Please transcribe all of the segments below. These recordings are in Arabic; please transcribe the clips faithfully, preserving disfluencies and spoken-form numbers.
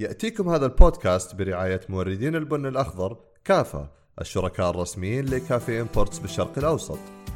يأتيكم هذا البودكاست برعاية موردين البن الأخضر كافا، الشركاء الرسميين لكافي إمبورتس بالشرق الأوسط.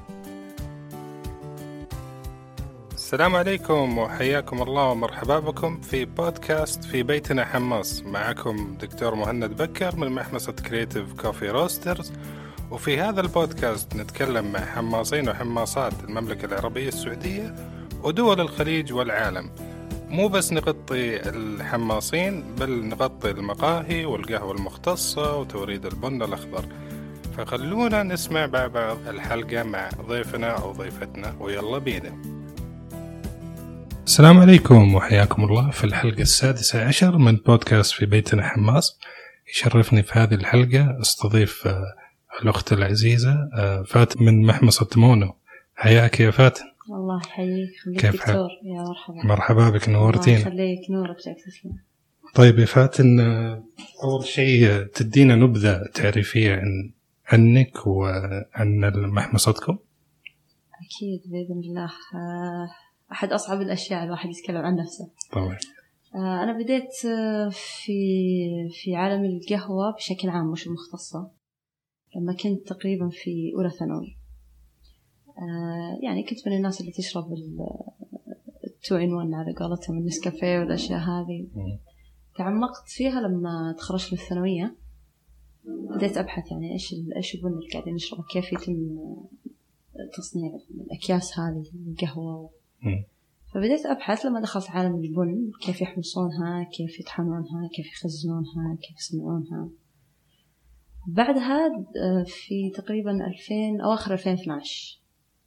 السلام عليكم وحياكم الله ومرحبا بكم في بودكاست في بيتنا حماص. معكم دكتور مهند بكر من محمصة كرياتيف كوفي روسترز، وفي هذا البودكاست نتكلم مع حماصين وحماصات المملكة العربية السعودية ودول الخليج والعالم. مو بس نغطي الحماصين بل نغطي المقاهي والقهوة المختصة وتوريد البن الأخضر. فخلونا نسمع مع بعض الحلقة مع ضيفنا أو ضيفتنا، ويلا بينا. السلام عليكم وحياكم الله في الحلقة السادسة عشر من بودكاست في بيتنا حماص. يشرفني في هذه الحلقة استضيف الأخت العزيزة فاتن من محمصة مونو. حياك يا فاتن. الله يحييك. كيف دكتور؟ يا مرحبا. مرحبا بك، نورتينا. الله يخليك، نورك جاك تسلم. طيب يا فاتن، أول شيء تدينا نبذة تعريفية عن عنك وعن محمصتكم. أكيد بإذن الله. أحد أصعب الأشياء الواحد يتكلم عن نفسه. طبعا. أنا بديت في في عالم القهوة بشكل عام مش المختصة لما كنت تقريبا في أولى ثانوي. يعني كنت من الناس اللي تشرب التو إن ون على قولتهم، النسكافيه والأشياء هذه. تعمقت فيها لما تخرجت من الثانوية، بديت أبحث يعني إيش إيش البن اللي قاعدين نشربه، كيف يتم تصنيع الأكياس هذه القهوة. فبديت أبحث لما دخلت عالم البن، كيف يحمصونها، كيف يطحنونها، كيف يخزنونها، كيف يصنعونها. بعدها في تقريبا ألفين أواخر ألفين واثناشر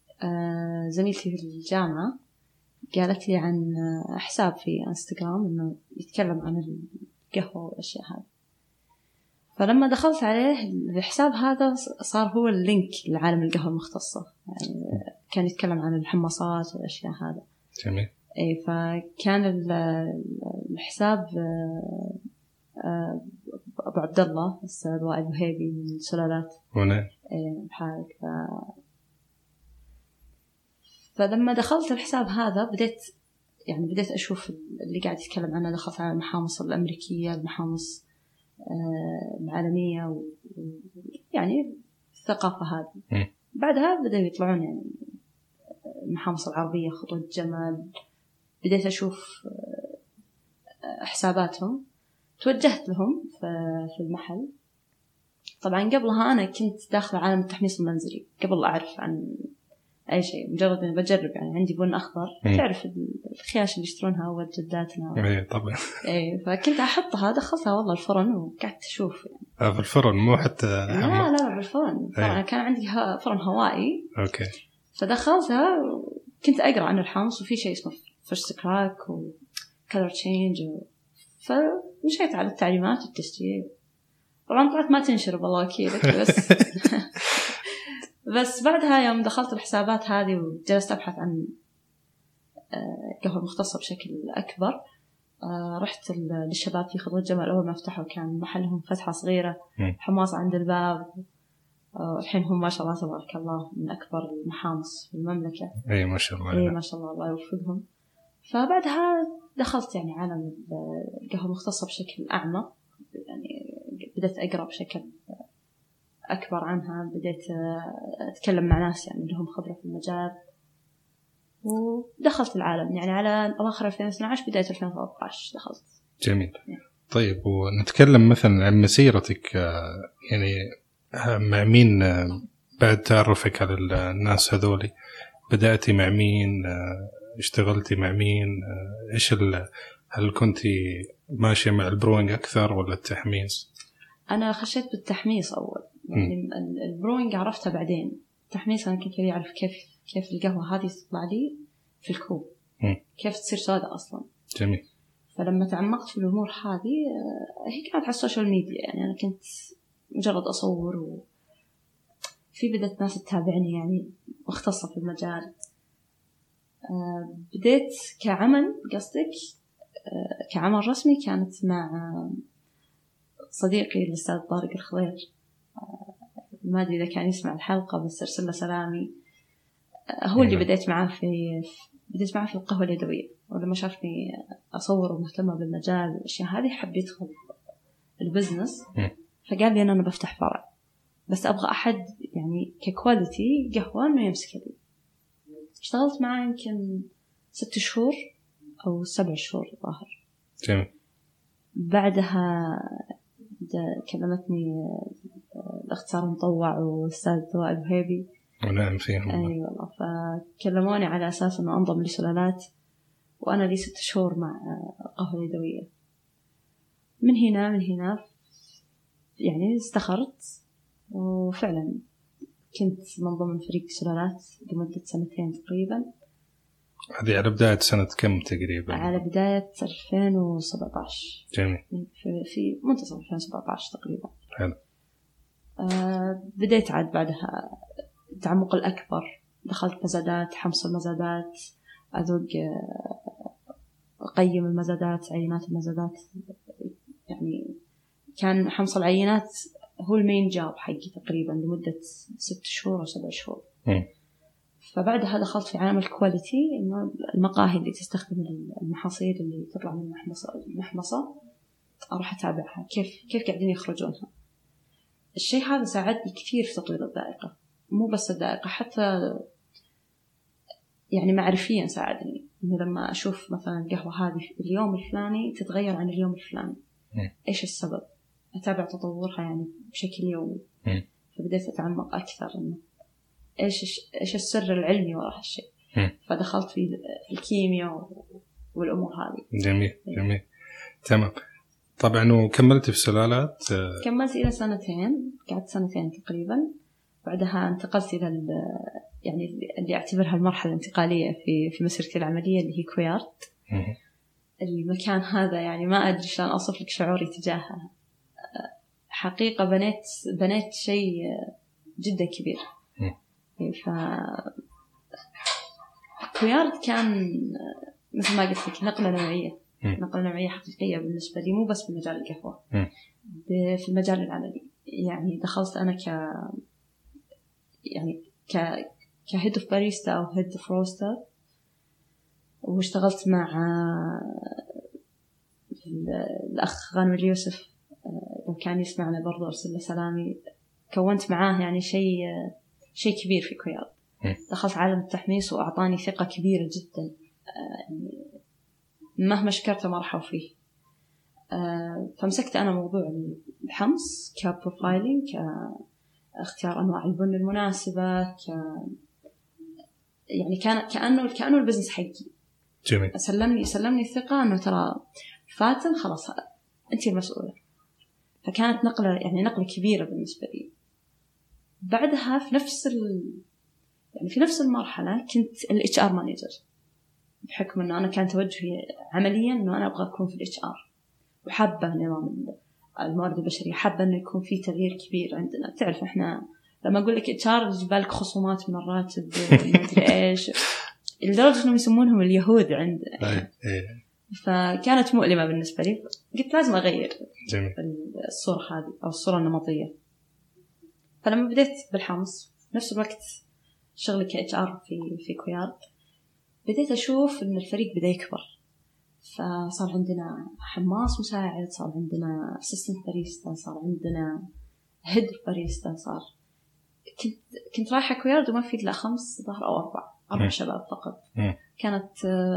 زميلتي في الجامعة قالت لي عن حساب في انستغرام إنه يتكلم عن القهوة والأشياء هذه. فلما دخلت عليه الحساب هذا صار هو اللينك لعالم القهوة المختصة، يعني كان يتكلم عن الحمصات والأشياء هذا. جميل. إيه، فكان الحساب أبو عبد الله السيد وائل وهيبي من سلالات هنا. إيه بحالك. ف... فلما دخلت الحساب هذا بديت يعني بديت أشوف اللي قاعد يتكلم عنه. دخلت على المحامص الأمريكية، المحامص العالمية، ويعني الثقافة هذه. بعدها بدأوا يطلعون يعني المحامص العربية، خطوة جمال. بديت أشوف حساباتهم، توجهت لهم في المحل. طبعا قبلها أنا كنت داخلة عالم التحميص المنزلي قبل أعرف عن أي شيء، مجرد أني بجرب. يعني عندي بن أخضر، تعرف الخياش اللي يشترونها أول جداتنا. إيه طبعا. إيه، فكنت أحطها، دخلتها والله الفرن وقعدت أشوف يعني. في الفرن مو حتى؟ لا لا بالفرن. طبعا كان عندي فرن هوائي. أوكي. فدخلتها كنت أقرأ عن الحمص، وفي شيء اسمه فيرست كراك وكلر تشينج و... فمشيت على التعليمات والتسجيل. طبعا طلعت ما تنشرب الله وكيلك بس. بس بعدها يوم دخلت الحسابات هذه وجلست أبحث عن قهوة مختصة بشكل أكبر، رحت للشباب في خطوة جمال. أول ما فتحوا كان محلهم فتحة صغيرة، حماصة عند الباب. الحين هم ما شاء الله تبارك الله من أكبر المحامص في المملكة. أي ما شاء الله. أي ما شاء الله، الله يوفقهم. فبعدها دخلت يعني عالم القهوة المختصة بشكل أعمق. يعني بدأت أقرأ بشكل أكبر عنها، بديت أتكلم مع ناس يعني لهم خبرة في المجال، ودخلت العالم يعني على أواخر ألفين واثناشر بداية ألفين وثلاثة عشر دخلت. جميل. طيب، ونتكلم مثلا عن مسيرتك، يعني مع مين بعد تعرفك على الناس هذولي؟ بدأتي مع مين؟ اشتغلتي مع مين؟ إيش هل كنتي ماشية مع البروينج أكثر ولا التحميص؟ أنا خشيت بالتحميص أول، يعني البروينج عرفتها بعدين. التحميص أنا كنت أعرف كيف كيف القهوة هذه تطلع لي في الكوب، م. كيف تصير سوداء أصلا. جميل. فلما تعمقت في الأمور هذه، هي كانت على السوشيال ميديا. يعني أنا كنت مجرد أصور، وفي بدأت ناس تتابعني يعني مختصة في المجال. بديت كعمل قصدك كعمل رسمي، كانت مع صديقي الأستاذ طارق الخضير. ما أدري إذا كان يسمع الحلقة، بس أرسل له سلامي. هو اللي بديت معاه في بديت معاه في القهوة اليدوية. ولما شافني أصور ومهتمة بالمجال والأشياء هذه حب يدخل البزنس. فقال لي أنا أنا بفتح فرع بس أبغى أحد يعني ككواليتي قهوة إنه يمسك لي. اشتغلت معه يمكن ست شهور أو سبع شهور ظاهر. جميل. بعدها كلمتني الاختصار المطوع والأستاذ ضواء الوهيبي. ونعم فيهم. أي والله. فكلموني على أساس إنه أنضم لسلالات وأنا لي ست شهور مع قهوة يدوية. من هنا من هنا يعني استخرت وفعلا كنت من ضمن فريق سلالات لمدة سنتين تقريبا. هذه على بداية سنة كم تقريبا؟ على بداية ألفين وسبعة عشر. جميل. في, في منتصف ألفين وسبعة عشر تقريبا. حلو. آه بديت عاد بعدها التعمق الأكبر. دخلت مزادات، حمص المزادات، أذوق، أقيم المزادات، عينات المزادات. يعني كان حمص العينات هو المين جاب حقي تقريبا لمدة ست شهور أو سبع شهور. م. فبعدها دخلت في عالم الكواليتي، إنه المقاهي اللي تستخدم المحاصيل اللي تطلع من المحمصة المحمصة أروح أتابعها كيف كيف قاعدين يخرجونها. الشيء هذا ساعدني كثير في تطوير الذائقة، مو بس الذائقة حتى يعني معرفيا ساعدني. إنه لما أشوف مثلا القهوة هذه اليوم الفلاني تتغير عن اليوم الفلاني، م. إيش السبب؟ أتابع تطورها يعني بشكل يومي. م. فبدأت أتعمق أكثر إنه إيش إيش السر العلمي وراء هالشيء. م. فدخلت في الكيمياء والأمور هذه. جميل جميل تمام. طبعا وكملت في سلالات؟ كملت إلى سنتين، قعدت سنتين تقريبا. بعدها انتقلت إلى يعني اللي أعتبرها المرحلة الانتقالية في في مسيرتي العملية اللي هي كويارت. م. المكان هذا يعني ما أدري شلون أوصف لك شعوري تجاهها. حقيقة بنيت بنيت شيء جدا كبير. ف كويارت كان مثل ما قلت لك نقلة نوعية، نقلة نوعية حقيقية بالنسبة لي، مو بس في مجال القهوة، في المجال العملي. يعني دخلت أنا ك يعني ك كهيد اوف باريستا أو هيد اوف روستر، واشتغلت مع الأخ غانم اليوسف، لو كان يسمعنا برضو أرسل له سلامي. كونت معاه يعني شيء شيء كبير في كويارت. دخلت عالم التحميص وأعطاني ثقة كبيرة جدا، يعني مهما شكرته ما راح أوفيه. فمسكت أنا موضوع الحمص كبروفايلينج، كاختيار أنواع البن المناسبة، ك يعني كان كأنه كأنه البزنس حقي. جميل. سلمني سلمني الثقة إنه ترى فاتن خلاص أنت المسؤولة. فكانت نقلة يعني نقلة كبيرة بالنسبة لي. بعدها في نفس ال يعني في نفس المرحلة كنت ال إتش آر manager، بحكم إنه أنا كان توجهي عمليا إنه أنا أبغى أكون في ال إتش آر، وحابة نظام الموارد البشرية، حابة إنه يكون في تغيير كبير عندنا. تعرف إحنا لما أقول لك إتش آر جبالك خصومات من الراتب ما أدري إيش، لدرجة إنهم يسمونهم اليهود عندنا. فكانت مؤلمة بالنسبة لي، قلت لازم أغير جميل. الصورة هذه أو الصورة النمطية. فلما بديت بالحمص نفس الوقت شغلي ك إتش آر في في كويارت، بديت أشوف إن الفريق بدأ يكبر. فصار عندنا حماص مساعد، صار عندنا أسيستنت باريستا، صار عندنا هيد باريستا، صار كنت كنت رايحة كويارت وما في إلا خمس ظهر أو أربع أربع م. شباب فقط. م. كانت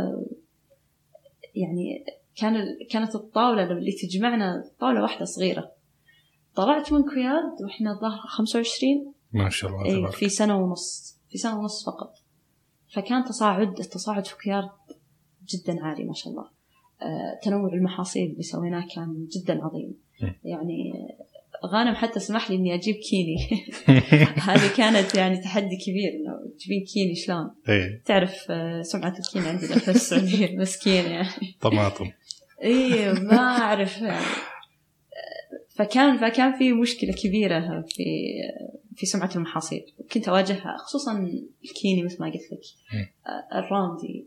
يعني كان كانت الطاولة اللي تجمعنا طاولة واحدة صغيرة. طلعت من كويارت وإحنا ظهر خمسة وعشرين ما شاء الله في سنة ونص في سنة ونص فقط. فكان تصاعد التصاعد في كويارت جدا عالي ما شاء الله. آه، تنوع المحاصيل اللي سويناه كان جدا عظيم. م. يعني غانم حتى سمح لي إني أجيب كيني. هذه كانت يعني تحدي كبير إنه تجيبين كيني شلون. تعرف آه، سمعة الكيني عندنا في السعودية مسكينة يعني. طماطم. إيه ما أعرف يعني. فكان فكان في مشكلة كبيرة في في سمعة المحاصيل كنت أواجهها، خصوصا الكيني مثل ما قلت لك، الراندي.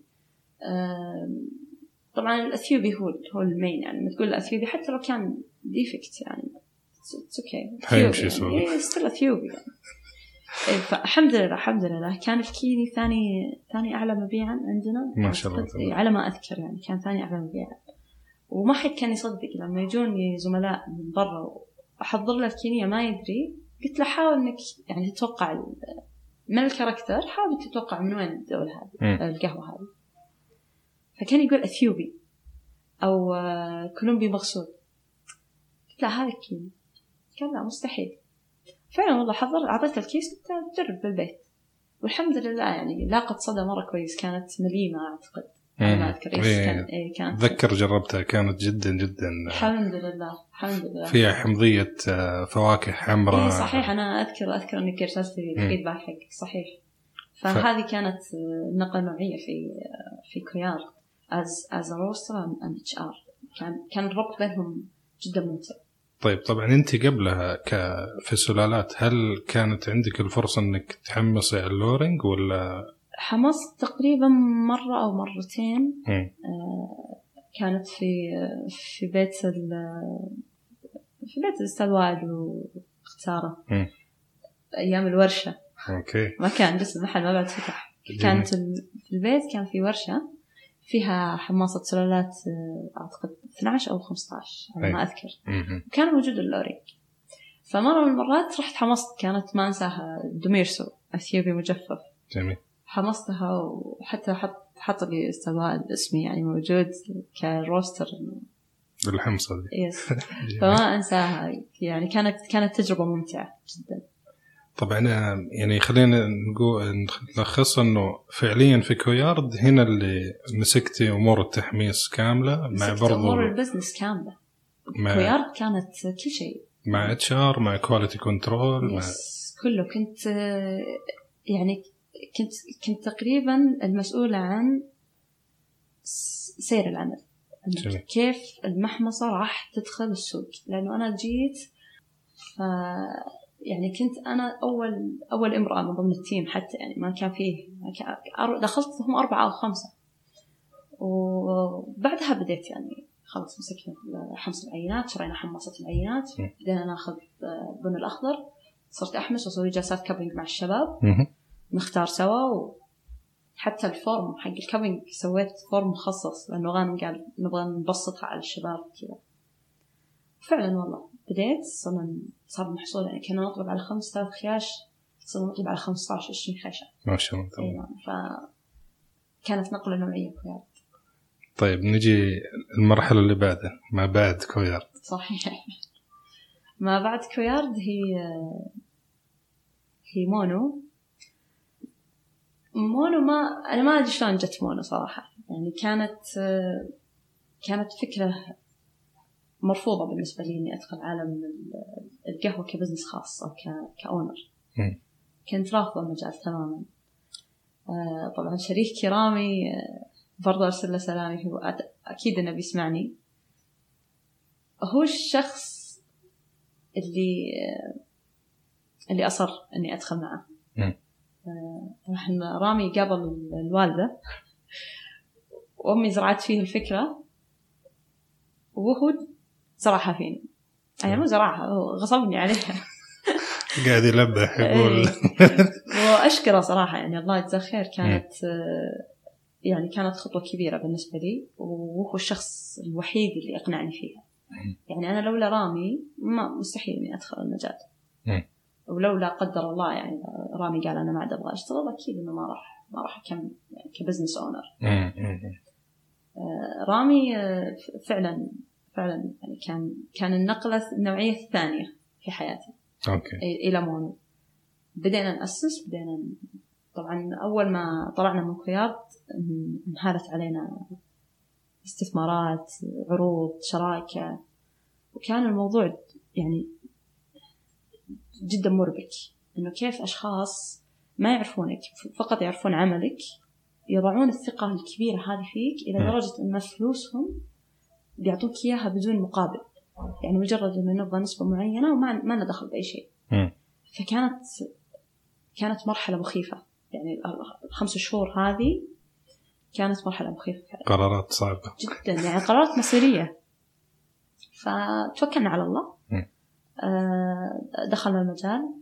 طبعا الأثيوبي هو هو المين، يعني ما تقول الأثيوبي حتى لو كان ديفكت يعني it's okay. هيمشي سوى. إيه still أثيوبي يعني. فالحمد لله الحمد لله كان الكيني ثاني ثاني أعلى مبيعا عندنا ما شاء الله على ما أذكر، يعني كان ثاني أعلى مبيعا. وما حد كان يصدق لما يجوني زملاء من برا وأحضر له الكينية ما يدري، قلت له حاول إنك يعني تتوقع من الكاركتر، حاول تتوقع من وين الدولة هذه القهوة هذه. فكان يقول أثيوبي أو كولومبي مغسول. قلت له هذا الكيني، قال لا مستحيل. فعلا والله حضر أعطيته الكيس قلت جرب بالبيت، والحمد لله يعني لاقت صدى مرة كويس. كانت مليمة أعتقد ما أذكر إيش كان. إيه كانت ذكر جربتها كانت جدا جدا الحمد لله الحمد لله فيها حمضية فواكه حمراء. إيه صحيح، أنا أذكر أذكر إنك أرسلت لي الفيدباك حقك صحيح. فهذه ف... كانت نقلة نوعية في في كويار as as a roaster and اتش ار. كان كان الربط بينهم جدا ممتع. طيب طبعا أنت قبلها كفي سلالات هل كانت عندك الفرصة إنك تحمصي اللورينج ولا؟ حمصت تقريبا مرة أو مرتين. آه كانت في في بيت ال في بيت الأستاذ وائل واختاره أيام الورشة. أوكي. ما كان لسه المحل ما بعد فتح. كانت في البيت كان في ورشة فيها حماصة سلالات أعتقد اثنا عشر أو خمسة عشر أنا ما أذكر. كان موجود اللورينج. فمرة من المرات رحت حمصت، كانت ما أنساها دوميرسو أثيوبي مجفف. جميل. حمصتها وحتى حط حط لي استوى اسمي يعني موجود كروستر بالحمصة دي. يس. فما أنساها يعني، كانت كانت تجربة ممتعة جدا. طبعا يعني خلينا نقول نلخص انه فعليا في كويارد هنا اللي مسكتي امور التحميص كامله مع برضو امور البزنس كامله. كويارد كانت كل شيء مع اتش ار مع كواليتي كنترول مع كله. كنت يعني كنت كنت تقريبا المسؤولة عن سير العمل، كيف المحمصة راح تدخل السوق. لأنه أنا جيت ف يعني كنت أنا أول أول امرأة من ضمن التيم حتى، يعني ما كان فيه ما كان دخلت هم أربعة أو خمسة. وبعدها بديت يعني خلاص مسكنا حمص العينات، شرينا حمصة العينات، بدينا ناخذ بن الأخضر، صرت أحمس وأسوي جلسات كابينج مع الشباب نختار سوا. وحتى الفورم حق الكابينج سويت فورم مخصص لأنه غانم قال نبغى نبسطها على الشباب كذا. فعلا والله بديت صرنا صار محصول يعني كنا نطلب على خمسة آلاف خياش صرنا نطلب على خمسة عشر عشرين خيشة ما شاء الله. أيوة. فكانت نقلة نوعية كويارد. طيب نجي المرحلة اللي بعدها ما بعد كويارد. صحيح. ما بعد كويارد هي هي مونو. مونو ما أنا ما أدري شلون جت مونو صراحة، يعني كانت كانت فكرة مرفوضة بالنسبة لي إني أدخل عالم القهوة كبزنس خاص أو كأونر. كنت رافضة المجال تماما. طبعا شريكي رامي برضه أرسل له سلامي، هو أكيد إنه بيسمعني. هو الشخص اللي اللي أصر إني أدخل معه. طبعا رامي قابل الوالدة وأمي زرعت فيه الفكرة وهو زرعها فيني. أنا مو زرعها، هو غصبني عليها. قاعد يلبح يقول. وأشكره صراحة يعني الله يجزاه خير. كانت يعني كانت خطوة كبيرة بالنسبة لي، وهو الشخص الوحيد اللي أقنعني فيها. يعني أنا لولا رامي ما مستحيل إني أدخل المجال. ولولا قدر الله يعني رامي قال أنا ما عاد أبغى أشتغل، أكيد إنه ما راح ما راح أكمل يعني كبزنس أونر. رامي فعلا فعلا يعني كان كان النقلة النوعية الثانية في حياتي. أوكي. إلى مونو بدينا نأسس بدينا طبعا أول ما طلعنا من كويارد انهالت علينا استثمارات، عروض، شراكة، وكان الموضوع يعني جدا مربك. إنه كيف أشخاص ما يعرفونك فقط يعرفون عملك يضعون الثقة الكبيرة هذه فيك إلى درجة أن فلوسهم بيعطوك إياها بدون مقابل، يعني مجرد إنه نبغى نسبة معينة وما ما ندخل بأي شيء. فكانت كانت مرحلة مخيفة، يعني الخمس شهور هذه كانت مرحلة مخيفة فعلا. قرارات صعبة جدا، يعني قرارات مصيرية. فتوكلنا على الله. دخلنا المجال.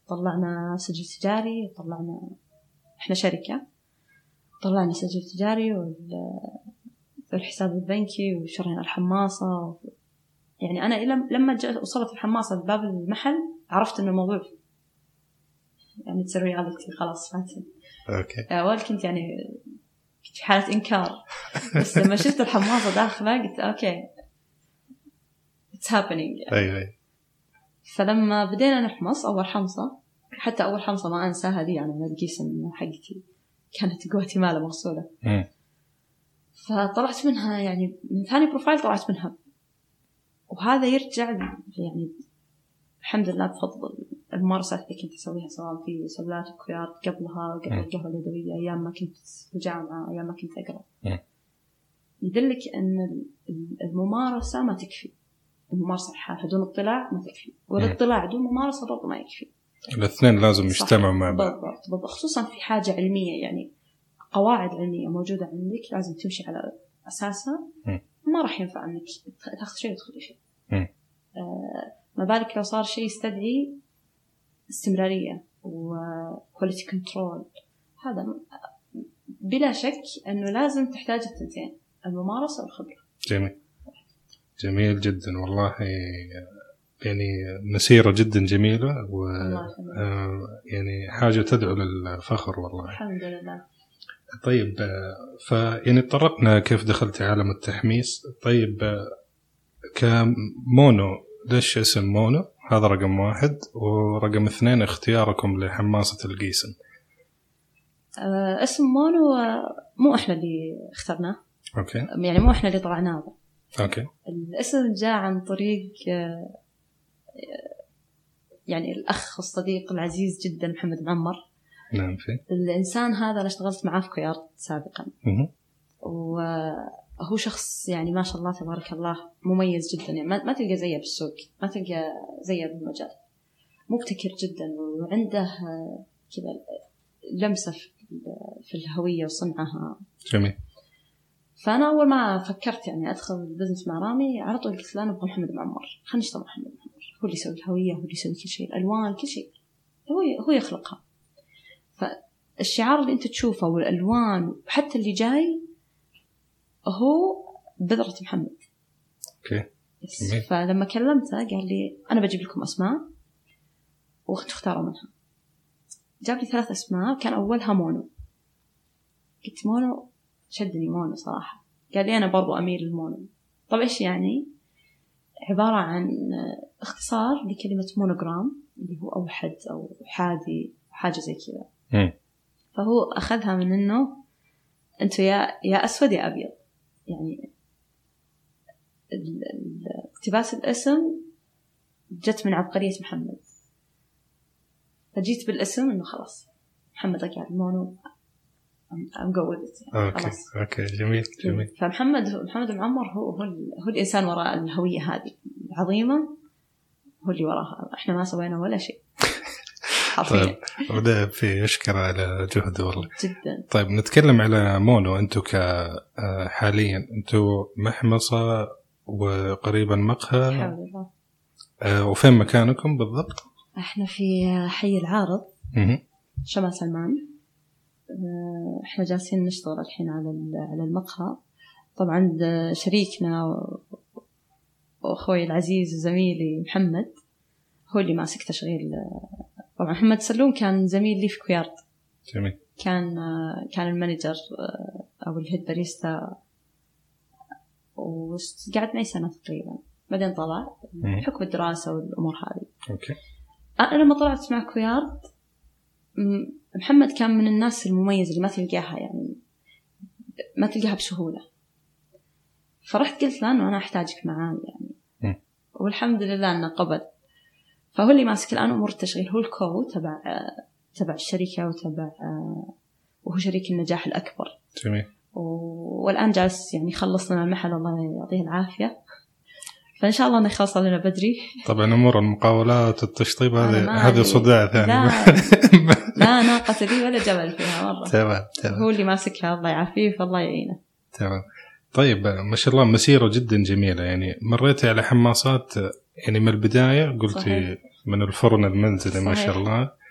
طلعنا سجل تجاري، طلعنا إحنا شركة، طلعنا سجل تجاري والحساب البنكي وشرينا الحماصة. يعني أنا إلى لما وصلت الحماصة لباب المحل عرفت إنه الموضوع يعني تصير رياليتي خلاص فاتن. أوكي. أول كنت يعني كنت في حالة إنكار، بس لما شفت الحماصة داخلة قلت أوكي it's happening يعني. أي أي. فلما بدينا نحمص أول حمصة، حتى أول حمصة ما أنساها لي أنا، القيسم حقتي كانت جواتيمالا مغسولة. م. فطلعت منها يعني من ثاني بروفايل طلعت منها، وهذا يرجع يعني الحمد لله بفضل الممارسات اللي كنت أسويها سواء في سبلات وكويات قبلها قبل القهوة اليدوية، أيام ما كنت في الجامعة، أيام ما كنت أقرأ. يدلك أن الممارسة ما تكفي، الممارسة الحالة دون اطلاع ما تكفي، والاطلاع دون ممارسة برضو ما يكفي. الاثنين لازم يجتمعوا مع بعض. بالضبط بالضبط، خصوصا في حاجة علمية يعني قواعد علمية موجودة عندك لازم تمشي على أساسها. م. ما راح ينفع أنك تاخذ شيء وتخلي شيء. آه ما بالك لو صار شيء يستدعي استمرارية وكواليتي كنترول، هذا بلا شك أنه لازم تحتاج التنتين، الممارسة والخبرة. جميل جميل جدا والله، يعني مسيرة جدا جميلة و آه يعني حاجة تدعو للفخر والله. الحمد لله. طيب فيعني طرقنا كيف دخلت عالم التحميص. طيب كمونو ليش اسم مونو؟ هذا رقم واحد. ورقم اثنين اختياركم لحماصة القيسم. أه اسم مونو مو احنا اللي اخترناه. اوكي. يعني مو احنا اللي طلعناه. اوكي. الاسم جاء عن طريق يعني الاخ والصديق العزيز جدا محمد معمر. نعم. في الانسان هذا انا اشتغلت معاه في كويارد سابقا. اها. وهو شخص يعني ما شاء الله تبارك الله مميز جدا، يعني ما, ما تلقى زيه بالسوق، ما تلقى زيه بالمجال، مبتكر جدا وعنده كذا لمسة في الهوية وصنعها. جميل. فأنا أول ما فكرت يعني أدخل البزنس مع رامي على طول قلت له أنا أبغى محمد معمر، خلينا نشتغل محمد معمر، هو اللي يسوي الهوية، هو اللي يسوي كل شيء، الألوان كل شيء هو هو يخلقها. فالشعار اللي أنت تشوفه والألوان وحتى اللي جاي هو بذرة محمد. أوكي. فلما كلمته قال لي أنا بجيب لكم أسماء واختاروا منها. جاب لي ثلاث أسماء، كان أولها مونو. قلت مونو، شدني مونو صراحة. قال لي أنا برضو أميل للمونو. طب إيش يعني؟ عبارة عن اختصار لكلمة مونوغرام اللي هو أوحد أو حادي حاجة زي كذا. فهو أخذها من إنه أنتوا يا يا أسود يا أبيض، يعني اقتباس الاسم جت من عبقرية محمد، فجيت بالاسم إنه خلاص محمد قال مونو I'm go with it يعني. أوكي. أوكي جميل جميل. فمحمد محمد معمر هو هو, هو الإنسان وراء الهوية هذه العظيمة، هو اللي وراها، إحنا ما سوينا ولا شيء. طيب وده في يشكر على جهده والله جدا. طيب نتكلم على مونو. أنتوا كحاليا أنتوا محمصة وقريبا مقهى. الحمد لله. آه وفين مكانكم بالضبط؟ إحنا في حي العارض. م- شمال سلمان. احنا جالسين نشتغل الحين على على المقهى. طبعا شريكنا واخوي العزيز وزميلي محمد هو اللي ماسك تشغيل. طبعا محمد سلوم كان زميل لي في كويارد. جميل. كان كان المانجر او الهيد باريستا وقعد معي سنه تقريبا، بعدين طلع بحكم الدراسه والامور هذه. اوكي. انا لما طلعت مع كويارد محمد كان من الناس المميزة اللي ما تلقاها، يعني ما تلقاها بسهولة. فرحت قلت له أنه أنا أحتاجك معاي يعني م. والحمد لله أنه قبل. فهو اللي ماسك الآن أمور التشغيل، هو الكو تبع تبع الشركة وتبع وهو شريك النجاح الأكبر. جميل. والآن جالس يعني خلصنا المحل الله يعطيه العافية، فإن شاء الله نخلص لنا بدري. طبعا أمور المقاولات والتشطيب هذه هذه صداع ثاني. لا, لا ناقة لي ولا جبل فيها مرة. تمام تمام. هو اللي ماسكها الله يعافيه فالله يعينه. تمام. طيب ما شاء الله مسيرة جدا جميلة، يعني مريتي على حماصات يعني من البداية قلتي صحيح. من الفرن المنزلي ما شاء الله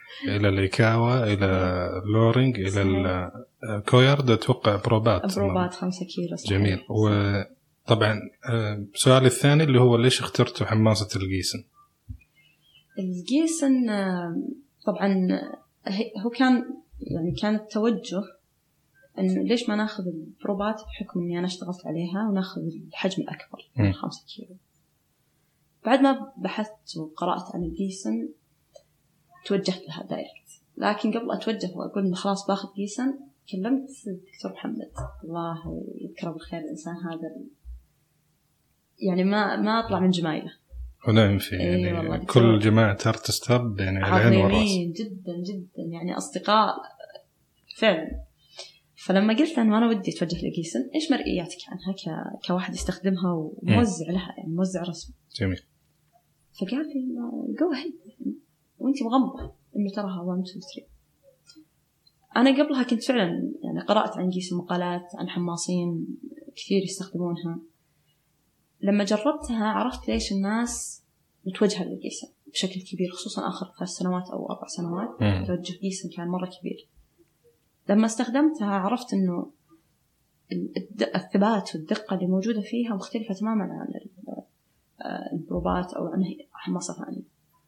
إلى الإيكاوا إلى لورينج إلى الكويارد أتوقع بروبات بروبات خمسة كيلو صحيح. جميل. وطبعا السؤال الثاني اللي هو ليش اخترتوا حماصة الجيسن؟ الجيسن طبعا هو كان يعني كان التوجه إنه ليش ما ناخذ البروبات بحكم إني أنا اشتغلت عليها وناخذ الحجم الأكبر من خمسة كيلو. بعد ما بحثت وقرأت عن الجيسن توجهت لها دايركت، لكن قبل أتوجه وأقول إنه خلاص باخذ جيسن كلمت الدكتور محمد الله يذكره بالخير، الإنسان هذا يعني ما ما أطلع من جمايله ونعم فيه يعني أيه كل جماعة أرتست هاب يعني العين والرأس جدا جدا يعني أصدقاء فعلا. فلما قلت أنه أنا ودي أتوجه لجيسن إيش مرئياتك عنها ك... كواحد يستخدمها وموزع لها يعني موزع رسمي. جميل. فقال لي جو هيد وانتي مغمضة إنه تراها واحد اثنين ثلاثة. أنا قبلها كنت فعلا يعني قرأت عن جيسن مقالات عن حماصين كثير يستخدمونها. لما جربتها عرفت ليش الناس متوجهة للجيسن بشكل كبير، خصوصا آخر ثلاث سنوات أو أربع سنوات توجه جيسن كان مرة كبير. لما استخدمتها عرفت إنه الثبات والدقة اللي موجودة فيها مختلفة تماماً عن البروبات أو عن حماصة ثانية.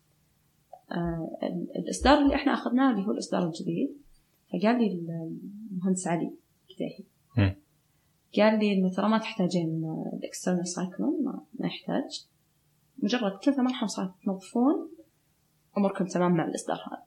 الإصدار اللي إحنا أخذناه اللي هو الإصدار الجديد، فقال لي المهندس علي كداهي قال لي إنه ترى ما تحتاجين الإكسترنال سايكلون، ما, ما يحتاج، مجرد كل ثمان حمصات تنظفون أمركم تمام مع الإصدار هذا.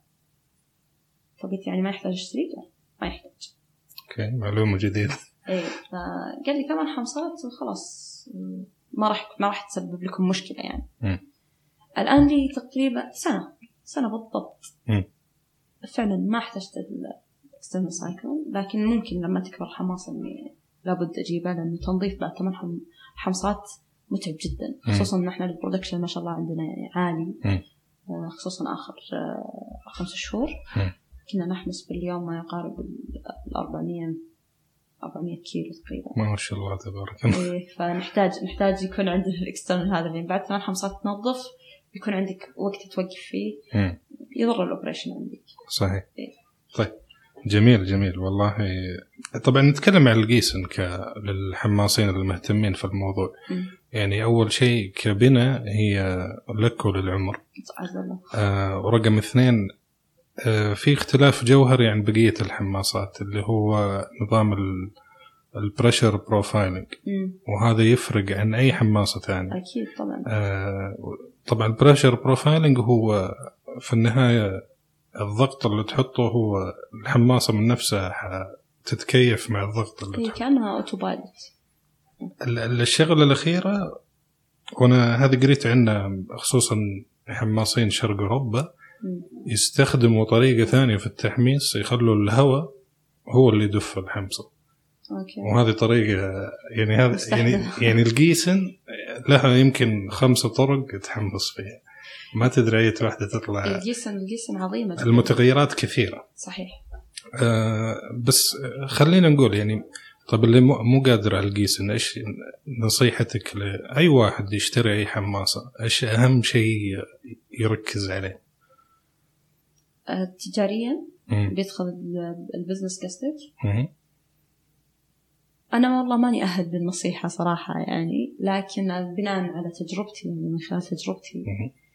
فقلت يعني ما يحتاج اشتري؟ لا ما يحتاج. اوكي معلومة جديدة. ايه فقال لي ثمان حمصات وخلاص ما راح ما راح تسبب لكم مشكلة يعني. م. الآن لي تقريبا سنة سنة بالضبط. م. فعلا ما احتجت الاكسترنال سايكلون، لكن ممكن لما تكبر حماصة إني لابد أجيبها، لأنه تنظيف بعد ثمان حمصات متعب جدا، خصوصا إن إحنا البرودكشن ما شاء الله عندنا يعني عالي. م. خصوصا آخر خمس شهور م. كنا نحمس باليوم ما يقارب الأربعمية أربعمية كيلو تقريبا. ما شاء الله تبارك الله. إيه فنحتاج نحتاج يكون عندنا الإكسترنال هذا، لأن بعد ثمان حمصات تنظف يكون عندك وقت توقف فيه م. يضر الأوبريشن عندك. صحيح. إيه. طيب جميل جميل والله. طبعا نتكلم عن الجيسن للحماصين المهتمين في الموضوع. م. يعني أول شيء كبناء هي لك وللعمر. آه ورقم اثنين في اختلاف جوهري عن بقية الحماصات اللي هو نظام البريشر بروفايلنج، وهذا يفرق عن أي حماصة ثانية. أكيد طبعا. آه طبعا البريشر بروفايلنج هو في النهاية الضغط اللي تحطه هو الحماصة من نفسها تتكيف مع الضغط اللي هي كأنها أوتوبايلوت. الشغلة الأخيرة وأنا هذا قريت عنه خصوصا حماصين شرق أوروبا يستخدموا طريقة ثانية في التحميص، يخلوا الهواء هو اللي يدف الحمصة. أوكي. وهذه طريقة يعني هذا يعني يعني الجيسن لها يمكن خمسة طرق تحمص فيها، ما تدري أي واحدة تطلع. الجيسن الجيسن عظيمة جدا. المتغيرات كثيرة. صحيح. آه بس خلينا نقول يعني طب اللي مو قادر على الجيسن إيش نصيحتك لأي واحد يشتري أي حماصة؟ إيش أهم شيء يركز عليه؟ تجاريا بيدخل البزنس قصدك؟ أنا والله ماني أهل بالنصيحة صراحة يعني، لكن بناء على تجربتي يعني من خلال تجربتي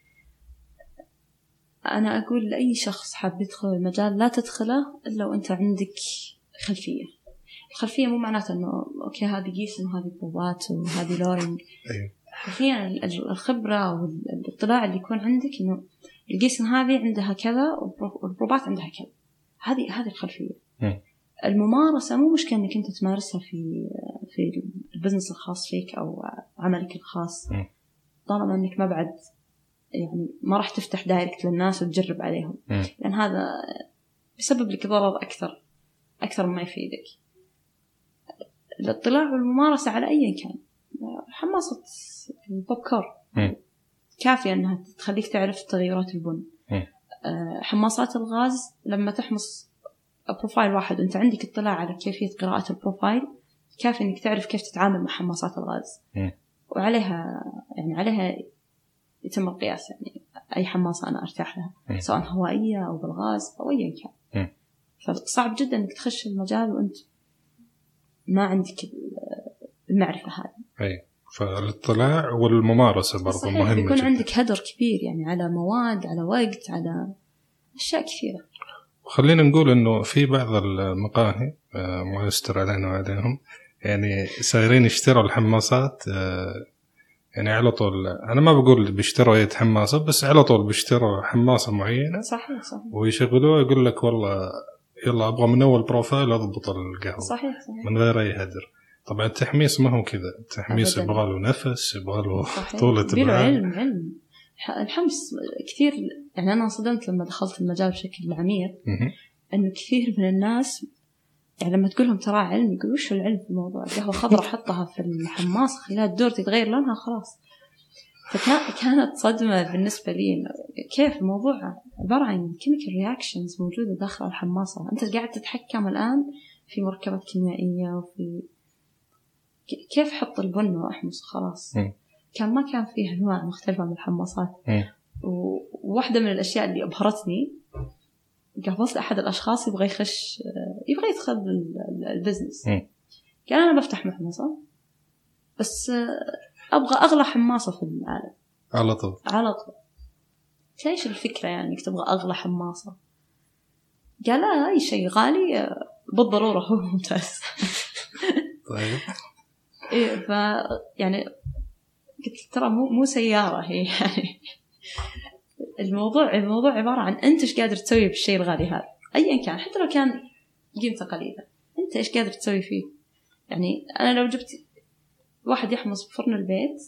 أنا أقول لأي شخص حاب يدخل المجال لا تدخله إلا وأنت عندك خلفية. الخلفية مو معناته إنه أوكي هذه جيسن وهذه بروبات وهذه لورينج. خلفية الخبرة والاطلاع اللي يكون عندك إنه الجيسن هذه عندها كذا والبروبات عندها كذا، هذه هذه الخلفية. م. الممارسة مو مشكلة إنك أنت تمارسها في في البزنس الخاص فيك أو عملك الخاص، م. طالما إنك ما بعد يعني ما راح تفتح دايركت للناس وتجرب عليهم، م. لأن هذا بيسبب لك ضرر أكثر أكثر مما يفيدك. الاطلاع والممارسة على أي كان، حماصة البوب كورن كافية أنها تخليك تعرف تغيرات البن. م. حماصات الغاز لما تحمص بروفايل واحد وأنت عندك اطلاع على كيفية قراءة البروفايل كافي أنك تعرف كيف تتعامل مع حماصات الغاز. م. وعليها يعني عليها يتم القياس يعني أي حماصة أنا أرتاح لها، سواء هوائية أو بالغاز أو أي كان. فصعب جدا إنك تخش المجال وأنت ما عندك المعرفة هذه. أي فالاطلاع والممارسة برضو مهمة بيكون جدا. عندك هدر كبير يعني على مواد، على وقت، على أشياء كثيرة. خلينا نقول إنه في بعض المقاهي ما يستر علينا وعليهم يعني صايرين يشتروا الحماصات يعني على طول. أنا ما بقول بيشتروا أي حماصة، بس على طول بيشتروا حماصة معينة صحيح صحيح ويشغلوها يقول لك والله يلا أبغى من أول بروفايل أضبط القهوة. صحيح صحيح من غير أي هدر. طبعا التحميص ما هو كذا، التحميص يبغى له نفس، يبغى له طولة بال. علم علم الحمص كثير يعني. أنا صدمت لما دخلت المجال بشكل عميق إنه كثير من الناس يعني لما تقولهم ترى علم يقولوا وش العلم في الموضوع؟ قهوة خضراء حطها في الحماص خليها تدور تتغير لونها خلاص. فكانت صدمة بالنسبة لي كيف الموضوع عبارة عن chemical reactions موجودة داخل الحماصة. أنت قاعد تتحكم الآن في مركبات كيميائية وفي كيف حط البن وأحمص خلاص. م. كان ما كان فيه أنواع مختلفة من الحماصات. وواحدة من الأشياء اللي أبهرتني قابلت أحد الأشخاص يبغى يخش يبغى يدخل البزنس. كان أنا بفتح محمصة بس أبغى أغلى حماصة في العالم على طول على طول. ليش الفكرة يعني إنك تبغى أغلى حماصة؟ قال لا أي شيء غالي بالضرورة هو ممتاز. طيب إيه ف يعني قلت ترى مو مو سيارة هي يعني. الموضوع الموضوع عبارة عن أنت إيش قادر تسوي بالشيء الغالي هذا أيا كان، حتى لو كان قيمته قليلة أنت إيش قادر تسوي فيه. يعني أنا لو جبت واحد يحمص بفرن البيت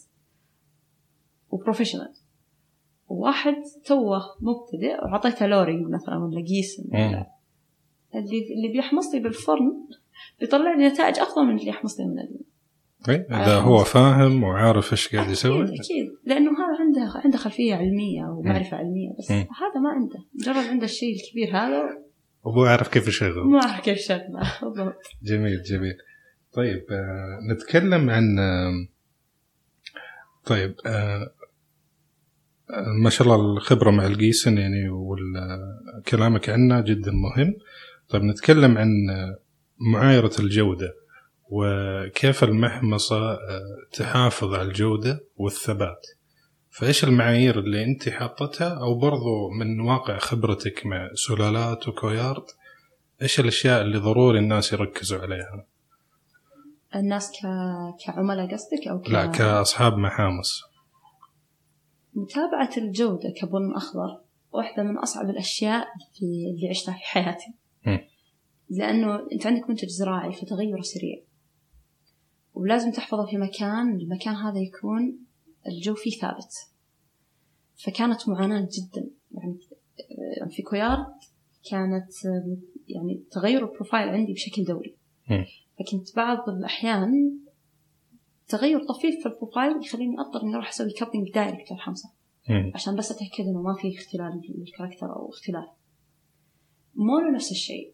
وبروفيشنال وواحد توه مبتدئ وعطيته لورينج مثلا ولا قيس اللي اللي بيحمص لي بالفرن بيطلع لي نتائج أفضل من اللي يحمص لي من البيت. إذا هو فاهم وعارف إيش قاعد يسوي. أكيد, أكيد لأنه هذا عنده عنده خلفية علمية ومعرفة م. علمية بس م. هذا ما عنده، مجرد عنده الشيء الكبير هذا وهو عارف كيف يشغله. ما عارف كيف يشغله. جميل جميل. طيب آه نتكلم عن آه طيب آه ما شاء الله الخبرة مع القيسن يعني والكلامك عنه جدا مهم. طيب نتكلم عن معايرة الجودة وكيف المحمصة تحافظ على الجودة والثبات. فإيش المعايير اللي أنت حطتها أو برضو من واقع خبرتك مع سلالات وكويارد إيش الأشياء اللي ضروري الناس يركزوا عليها؟ الناس ك... كعملاء قصدك أو ك... لا كأصحاب محامص. متابعة الجودة كبن أخضر واحدة من أصعب الأشياء في اللي عشتها في حياتي. م. لأنه أنت عندك منتج زراعي فتغيره سريع ولازم تحفظه في مكان المكان هذا يكون الجو فيه ثابت. فكانت معاناة جدا يعني في كويارد كانت يعني تغير البروفايل عندي بشكل دوري. م. فكنت بعض الأحيان تغير طفيف في البروفايل يخليني أضطر إني أروح أسوي كابينج دايركت للحمصة عشان بس أتأكد إنه ما في اختلال للكاركتر أو اختلاف. مونو نفس الشيء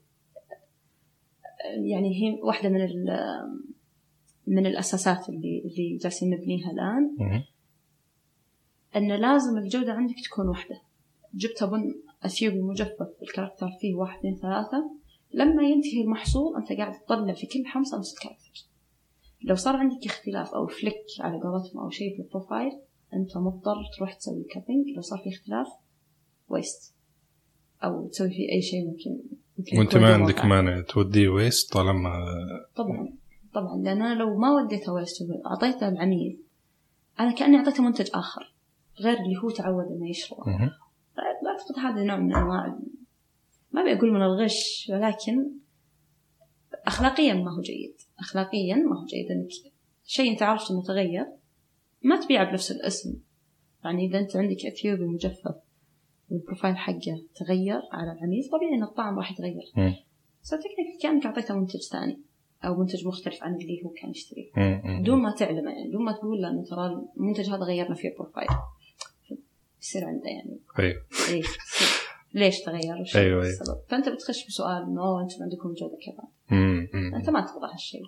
يعني هي واحدة من من الأساسات اللي اللي جالسين نبنيها الآن م. أن لازم الجودة عندك تكون واحدة. جبت بن أثيوبي مجفف الكاركتر فيه واحد اثنين ثلاثة لما ينتهي المحصول أنت قاعد تطلع في كل حمصة نفس الكاركتر. لو صار عندك اختلاف أو فليك على قولتهم أو شيء في البروفايل أنت مضطر تروح تسوي كابينج. لو صار في اختلاف ويست أو تسوي فيه أي شيء ممكن, ممكن وأنت ما عندك مانع توديه ويست طالما طبعا طبعا لأن أنا لو ما وديته ويست وأعطيته العميل أنا كأني أعطيته منتج آخر غير اللي هو تعود إنه يشربه. أعتقد هذا نوع من أنواع ما بيقول من الغش ولكن أخلاقيا ما هو جيد. أخلاقيا ما هو جيد إنك شيء أنت عارف إنه تغير ما تبيعه بنفس الاسم. يعني إذا أنت عندك أثيوبي مجفف والبروفايل حقه تغير على العميل طبيعي إن الطعم راح يتغير. ستكنيك كأنك أعطيته منتج ثاني أو منتج مختلف عن اللي هو كان يشتريه دون ما تعلمه يعني دون ما تقول له إنه ترى المنتج هذا غيرنا فيه البروفايل يصير عنده يعني أيوه إيه ليش تغير وش أيوة السبب. فأنت بتخش بسؤال إنه أنتم عندكم جودة كذا أنت ما تقضى هالشيء.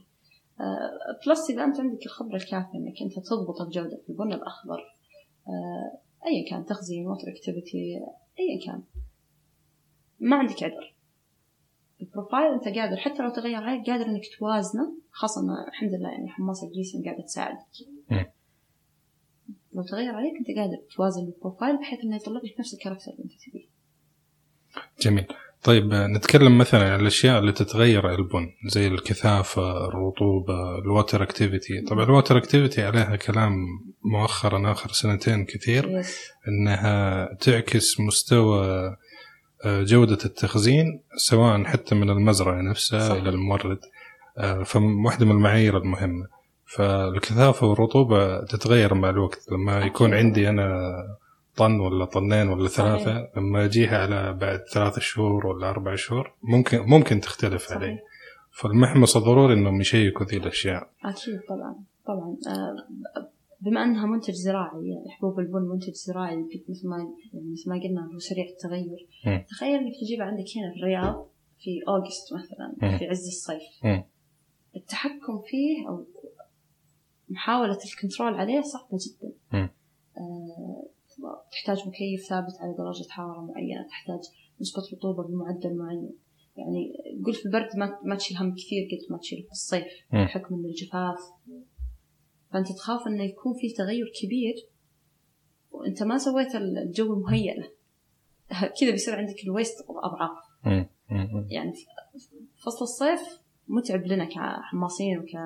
أه بلس إذا أنت عندك الخبرة الكافية إنك أنت تضبط الجودة في البن الأخضر أه أي كان تخزين ووتر اكتيفيتي أي كان ما عندك عذر. البروفايل أنت قادر حتى لو تغير عليك قادر إنك توازنه، خاصة الحمد لله يعني حماس الجيسن قاعدة تساعدك. لو تغير عليك أنت قادر توازن البروفايل بحيث إنه يطلع لك نفس الكاركتر اللي أنت تبيه. جميل. طيب نتكلم مثلا عن الأشياء اللي تتغير على البن زي الكثافة، الرطوبة، الواتر اكتيفيتي. طبعا الواتر اكتيفيتي عليها كلام مؤخرا آخر سنتين كثير yes. إنها تعكس مستوى جودة التخزين سواء حتى من المزرعة نفسها صح. إلى المورد. فواحدة من المعايير المهمة. فالكثافة والرطوبة تتغير مع الوقت. لما أكيد. يكون عندي أنا طن ولا طنين ولا ثلاثة صحيح. لما أجيها على بعد ثلاثة شهور ولا أربع شهور ممكن ممكن تختلف صحيح. عليه. فالمحمص ضروري إنهم يشيكوا ذي الأشياء. أكيد طبعا طبعا. بما أنها منتج زراعي يعني حبوب البن منتج زراعي مثل ما يعني مثل ما قلنا هو سريع التغير. م. تخيل إنك تجيب عندك هنا في الرياض في أغسطس مثلا م. في عز الصيف م. التحكم فيه أو محاولة الكنترول عليه صعبة جدا. آه، تحتاج مكيف ثابت على درجة حرارة معينة، تحتاج نسبة رطوبة بمعدل معين. يعني قل في البرد ما ما تشيل هم كثير قد ما تشيل في الصيف بحكم من الجفاف. فأنت تخاف إنه يكون في تغير كبير وأنت ما سويت الجو المهيئ له. كذا بيصير عندك الويست أضعاف. يعني فصل الصيف متعب لنا كحماصين وك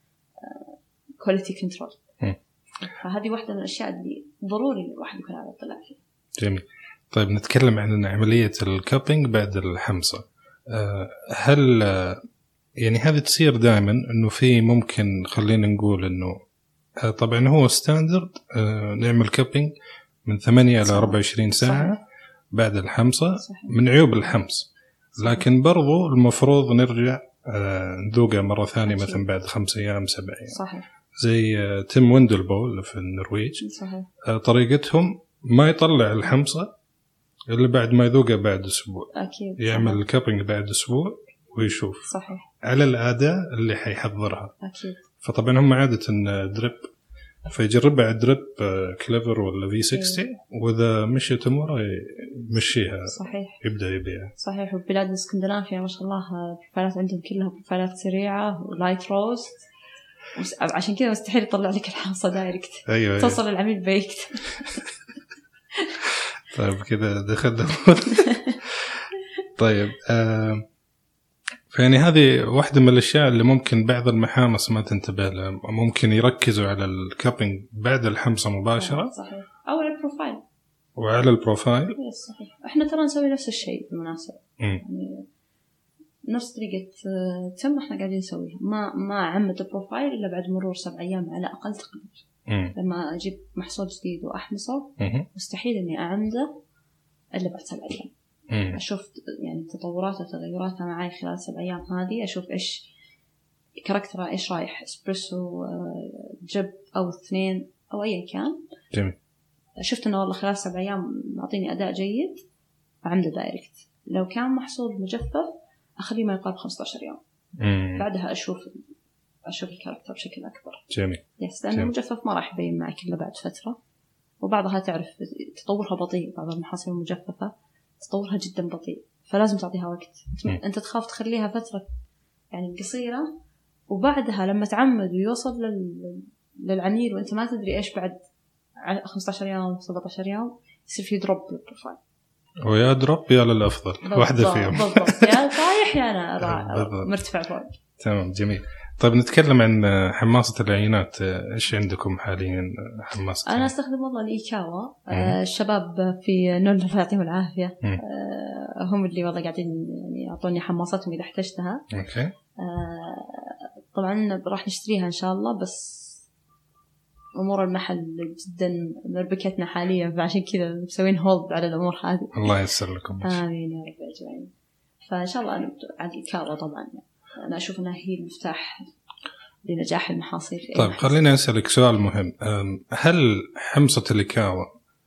quality control. فهذه واحدة من الأشياء اللي ضروري الواحد يكون على اطلاع فيها. جميل. طيب نتكلم عن عملية الكابينج بعد الحمصة. هل يعني هذه تصير دائما إنه في ممكن خلينا نقول إنه طبعا هو ستاندرد نعمل كابينج من ثمانية إلى أربعة وعشرين ساعة صحيح. بعد الحمصة صحيح. من عيوب الحمص صحيح. لكن برضو المفروض نرجع نذوقها مرة ثانية صحيح. مثلا بعد خمسة أيام سبع أيام صحيح. زي تيم ويندلبول في النرويج صحيح. طريقتهم ما يطلع الحمصة إلا بعد ما يذوقها بعد أسبوع. أكيد. يعمل الكابينج بعد أسبوع ويشوف صحيح. على الأداء اللي حيحضرها. أكيد. فطبعا هم عادة دريب فيجربها على دريب كليفر ولا في ستين أيوه. وإذا مشيت أموره يمشيها صحيح. يبدأ يبيعها. صحيح. وبلاد الاسكندنافيا ما شاء الله بروفايلات عندهم كلها بروفايلات سريعة ولايت روست عشان كذا مستحيل يطلع لك الحمصة دايركت. أيوة توصل أيوة. للعميل بيكت. طيب كذا دخلنا. طيب آه فيعني هذه واحدة من الأشياء اللي ممكن بعض المحامص ما تنتبه لها. ممكن يركزوا على الكابينج بعد الحمصة مباشرة صحيح. أو على البروفايل وعلى البروفايل صحيح. إحنا ترى نسوي نفس الشيء بالمناسبة يعني نفس طريقة تم إحنا قاعدين نسويها. ما ما عمد البروفايل إلا بعد مرور سبع أيام على أقل تقدير. لما أجيب محصول جديد وأحمصه مستحيل إني أعمده إلا بعد سبع أيام. مم. أشوف يعني تطورات وتغيراتها معي خلال سبع أيام هذه. أشوف إيش كاركترها إيش رايح إسبريسو جب أو اثنين أو أي كان. جميل. شفت إنه والله خلال سبع أيام معطيني أداء جيد أعمده دايركت. لو كان محصول مجفف أخليه ما يقارب خمسة عشر يوم. مم. بعدها أشوف أشوف الكاركتر بشكل أكبر. جميل. يس لأن المجفف ما راح يبين معك إلا بعد فترة وبعضها تعرف تطورها بطيء. بعض المحاصيل المجففة تطورها جدا بطيء فلازم تعطيها وقت. مم. أنت تخاف تخليها فترة يعني قصيرة وبعدها لما تعمد ويوصل لل... للعميل وأنت ما تدري إيش بعد خمسة عشر يوم سبعة عشر يوم يصير في دروب بالبروفايل. ويا دروب يا للأفضل واحدة فيهم. بالضبط. يا طايح يا أنا مرتفع فوق. تمام جميل. طيب نتكلم عن حماصة العينات. إيش عندكم حاليا حماصة؟ أنا أستخدم والله الإيكاوا. آه الشباب في نول الله يعطيهم العافية. آه هم اللي والله قاعدين يعني يعطوني حماصتهم إذا احتجتها. أوكي. آه طبعا راح نشتريها إن شاء الله بس أمور المحل جدا مربكتنا حاليا فعشان كذا مسوين هولد على الأمور هذه. الله ييسر لكم. آمين يا رب أجمعين. فإن شاء الله أنا على الإيكاوا طبعا أنا أشوف أنها هي المفتاح لنجاح المحاصيل. طيب خليني أسألك سؤال مهم. هل حمصة الإيكاوا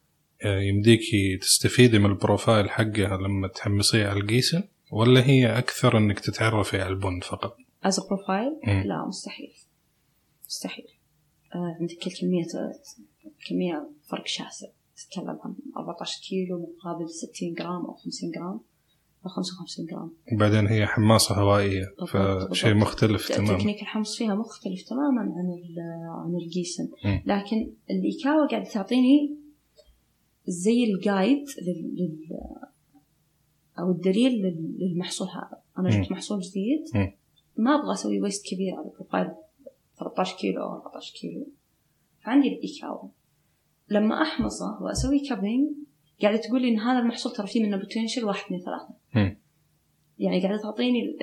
يمديكي تستفيدي من البروفايل حقها لما تحمصيها على القيسن ولا هي أكثر أنك تتعرفي على البن فقط؟ as a profile لا مستحيل مستحيل. آه عندك الكمية كمية فرق شاسع تتكلم عن أربعة عشر كيلو مقابل ستين جرام أو خمسين جرام أو خمسة وخمسين جرام. وبعدين هي حماصة هوائية فشيء مختلف تماما. تكنيك الحمص فيها مختلف تماما عن عن الجيسن. لكن الإيكاوا قاعد تعطيني زي الجايد لل أو الدليل للمحصول هذا. أنا جبت محصول جديد م. ما أبغى أسوي ويست كبير على بروفايل ثلاثة عشر كيلو أو أربعة عشر كيلو. فعندي الإيكاوا لما أحمصه وأسوي كابينج قاعدة تقول لي إن هذا المحصول ترى فيه منه بوتنشل واحد اثنين ثلاثة. م. يعني قاعدة تعطيني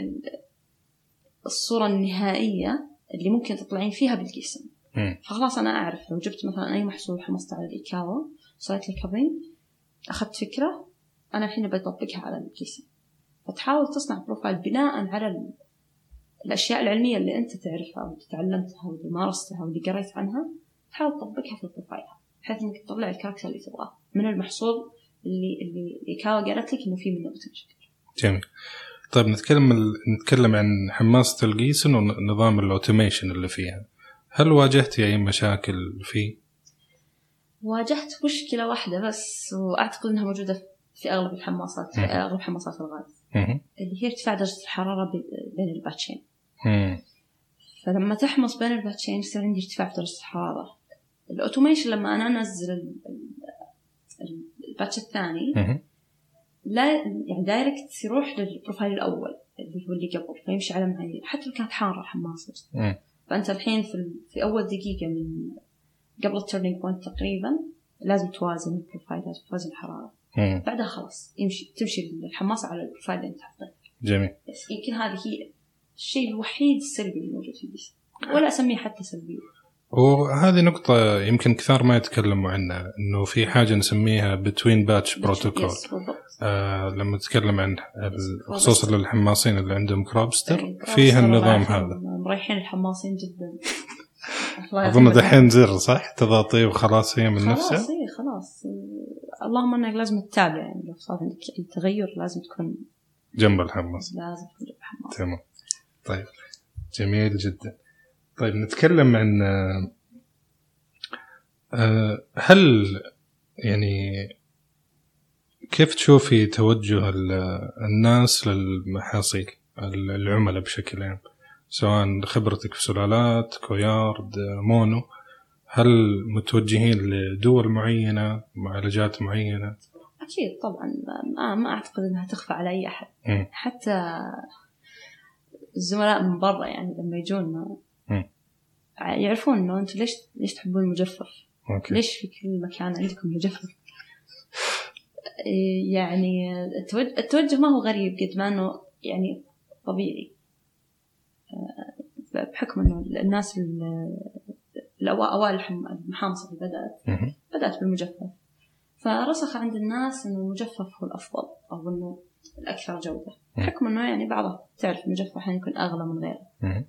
الصورة النهائية اللي ممكن تطلعين فيها بالجسم. م. فخلاص أنا أعرف لو جبت مثلا أي محصول حمصته على الإيكاوا وسويت لي كابينج أخذت فكرة أنا الحين بطبقها على الجسم. فتحاول تصنع بروفايل بناء على الأشياء العلمية اللي أنت تعرفها وتعلمتها واللي مارستها واللي قريت عنها، تحاول تطبقها في البروفايل بحيث إنك تطلع الكاركتر اللي تبغاه من المحصول اللي اللي إيكاوا قالت لك إنه فيه منه بوتنشل. جميل. طيب نتكلم نتكلم عن حماصة الجيسن ونظام الأوتوميشن اللي فيها. هل واجهت أي مشاكل فيه؟ واجهت مشكلة واحدة بس، وأعتقد إنها موجودة في أغلب الحماصات في أغلب حماصات الغاز اللي هي ارتفاع درجة الحرارة بين الباتشين. فلما تحمص بين الباتشين يصير عندي ارتفاع في درجة الحرارة. الأوتوميشن لما أنا أنزل الباتش الثاني لا يعني دايركت يروح للبروفايل الأول اللي هو اللي قبل فيمشي على معايير حتى لو كانت حارة الحماصة. فأنت الحين في في أول دقيقة من قبل التيرنينج بوينت تقريبا لازم توازن البروفايلات توازن الحرارة. مم. بعدها خلاص يمشي تمشي الحماصة على البروفايل اللي انت حطيته. جميل. يمكن هذه هي الشيء الوحيد السلبي الموجود في الجسم ولا أسميه حتى سلبي. وهذه نقطة يمكن كثار ما يتكلموا عنها إنه في حاجة نسميها between batch protocol. آه لما نتكلم عن خصوصا للحماصين اللي عندهم كرابستر فيها النظام هذا. مريحين الحماصين جدا. أظن دحين زر صح تضاطي وخلاص هي من نفسها. خلاص هي خلاص. اللهم انك لازم تتابع يعني لو صار عندك اي تغير لازم تكون جنب الحماص. لازم تكون جنب الحماص. تمام. طيب جميل جدا. طيب نتكلم عن هل يعني كيف تشوفي توجه الناس للمحاصيل العملاء بشكل عام سواء خبرتك في سلالات كويارد مونو، هل متوجهين لدول معينة معالجات معينة؟ أكيد طبعا ما, ما أعتقد أنها تخفى على أي أحد. م. حتى الزملاء من برا يعني لما يجون يعرفون أنه أنتوا ليش ليش تحبون المجفف. أوكي. ليش في كل مكان عندكم مجفف. يعني التوجه ما هو غريب قد ما أنه يعني طبيعي بحكم أنه الناس الأوائل المحامصة اللي بدأت م. بدأت بالمجفف فرسخ عند الناس أنه المجفف هو الأفضل أو أنه الأكثر جودة بحكم أنه يعني بعضها تعرف المجفف حين يكون أغلى من غيره. م.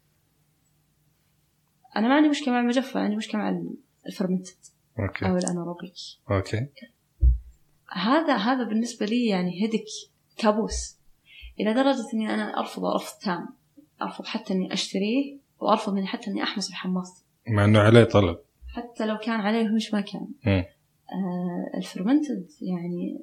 أنا ما عندي مشكلة مع المجفف عندي مشكلة مع الفرمنتد أو الأناروبيك. أوكي. هذا هذا بالنسبة لي يعني هدك كابوس إلى درجة أني أنا أرفض رفض تام أرفض حتى أني أشتريه وأرفض مني حتى أني أحمص بحماصتي مع أنه عليه طلب حتى لو كان عليه مش ما كان. آه الفرمنتد يعني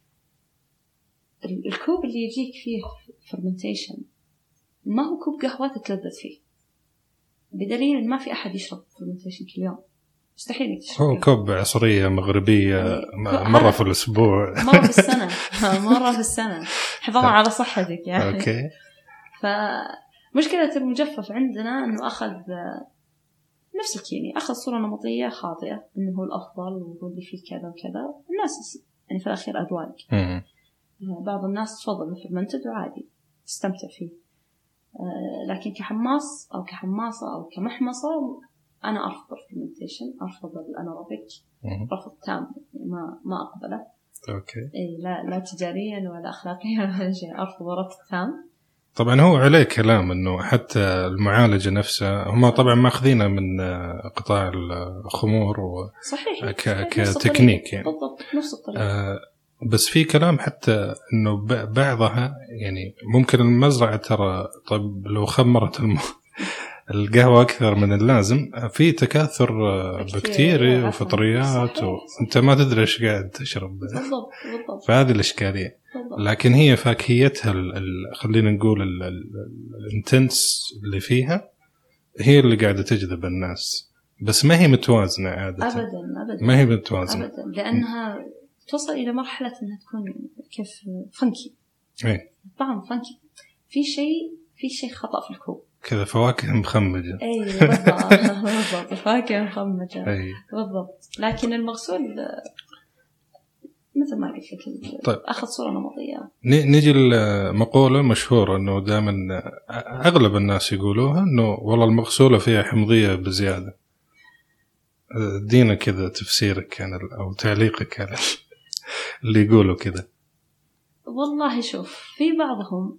الكوب اللي يجيك فيه فرمنتيشن ما هو كوب قهوة تتلذذ فيه بدليل إن ما في أحد يشرب فرمنتيشن كل يوم مستحيل تشرب. هو كوب عصرية مغربية يعني مرة في الأسبوع مرة في السنة مرة في السنة حفاظا على صحتك يعني. أوكي. فمشكلة المجفف عندنا إنه أخذ نفس الكيمي أخذ صورة نمطية خاطئة إنه هو الأفضل وهو اللي فيه كذا وكذا. الناس يعني في الأخير أذواق. بعض الناس تفضل الفرمنتد وعادي تستمتع فيه لكن كحماص أو كحماصة أو كمحمصة أنا أرفض الفرمنتيشن أرفض الأناروبيك رفض تام ما ما أقبله. أوكي. إيه لا لا تجاريا ولا أخلاقيا ولا شيء أرفض رفض تام. طبعا هو عليه كلام إنه حتى المعالجة نفسها هم طبعا ماخذينها من قطاع الخمور و صحيح ك كتكنيك يعني بالضبط نفس الطريقة. آه بس في كلام حتى إنه بعضها يعني ممكن المزرعة ترى طب لو خمرت الم... القهوة أكثر من اللازم، في تكاثر بكتيري وفطريات وأنت ما تدري إيش قاعد تشرب. بالضبط بالضبط. فهذه الإشكالية. بالضبط. لكن هي فاكهيتها ال ال خلينا نقول الانتنس اللي فيها هي اللي قاعدة تجذب الناس، بس ما هي متوازنة عادة. أبدا أبدا ما هي متوازنة أبدا، لأنها توصل إلى مرحلة أنها تكون كيف فنكي. إيه. طعم فنكي، في شيء في شيء خطأ في الكوب كذا، فواكه مخمجة. أي بالضبط بالضبط، فواكه مخمجة. أي بالضبط. لكن المغسول مثل ما قلت لك طيب. أخذ صورة نمطية. نيجي المقولة مشهورة إنه دائما أغلب الناس يقولوها إنه والله المغسولة فيها حمضية بزيادة. دينا كذا تفسيرك كان أو تعليقك كان اللي يقولوا كذا. والله شوف، في بعضهم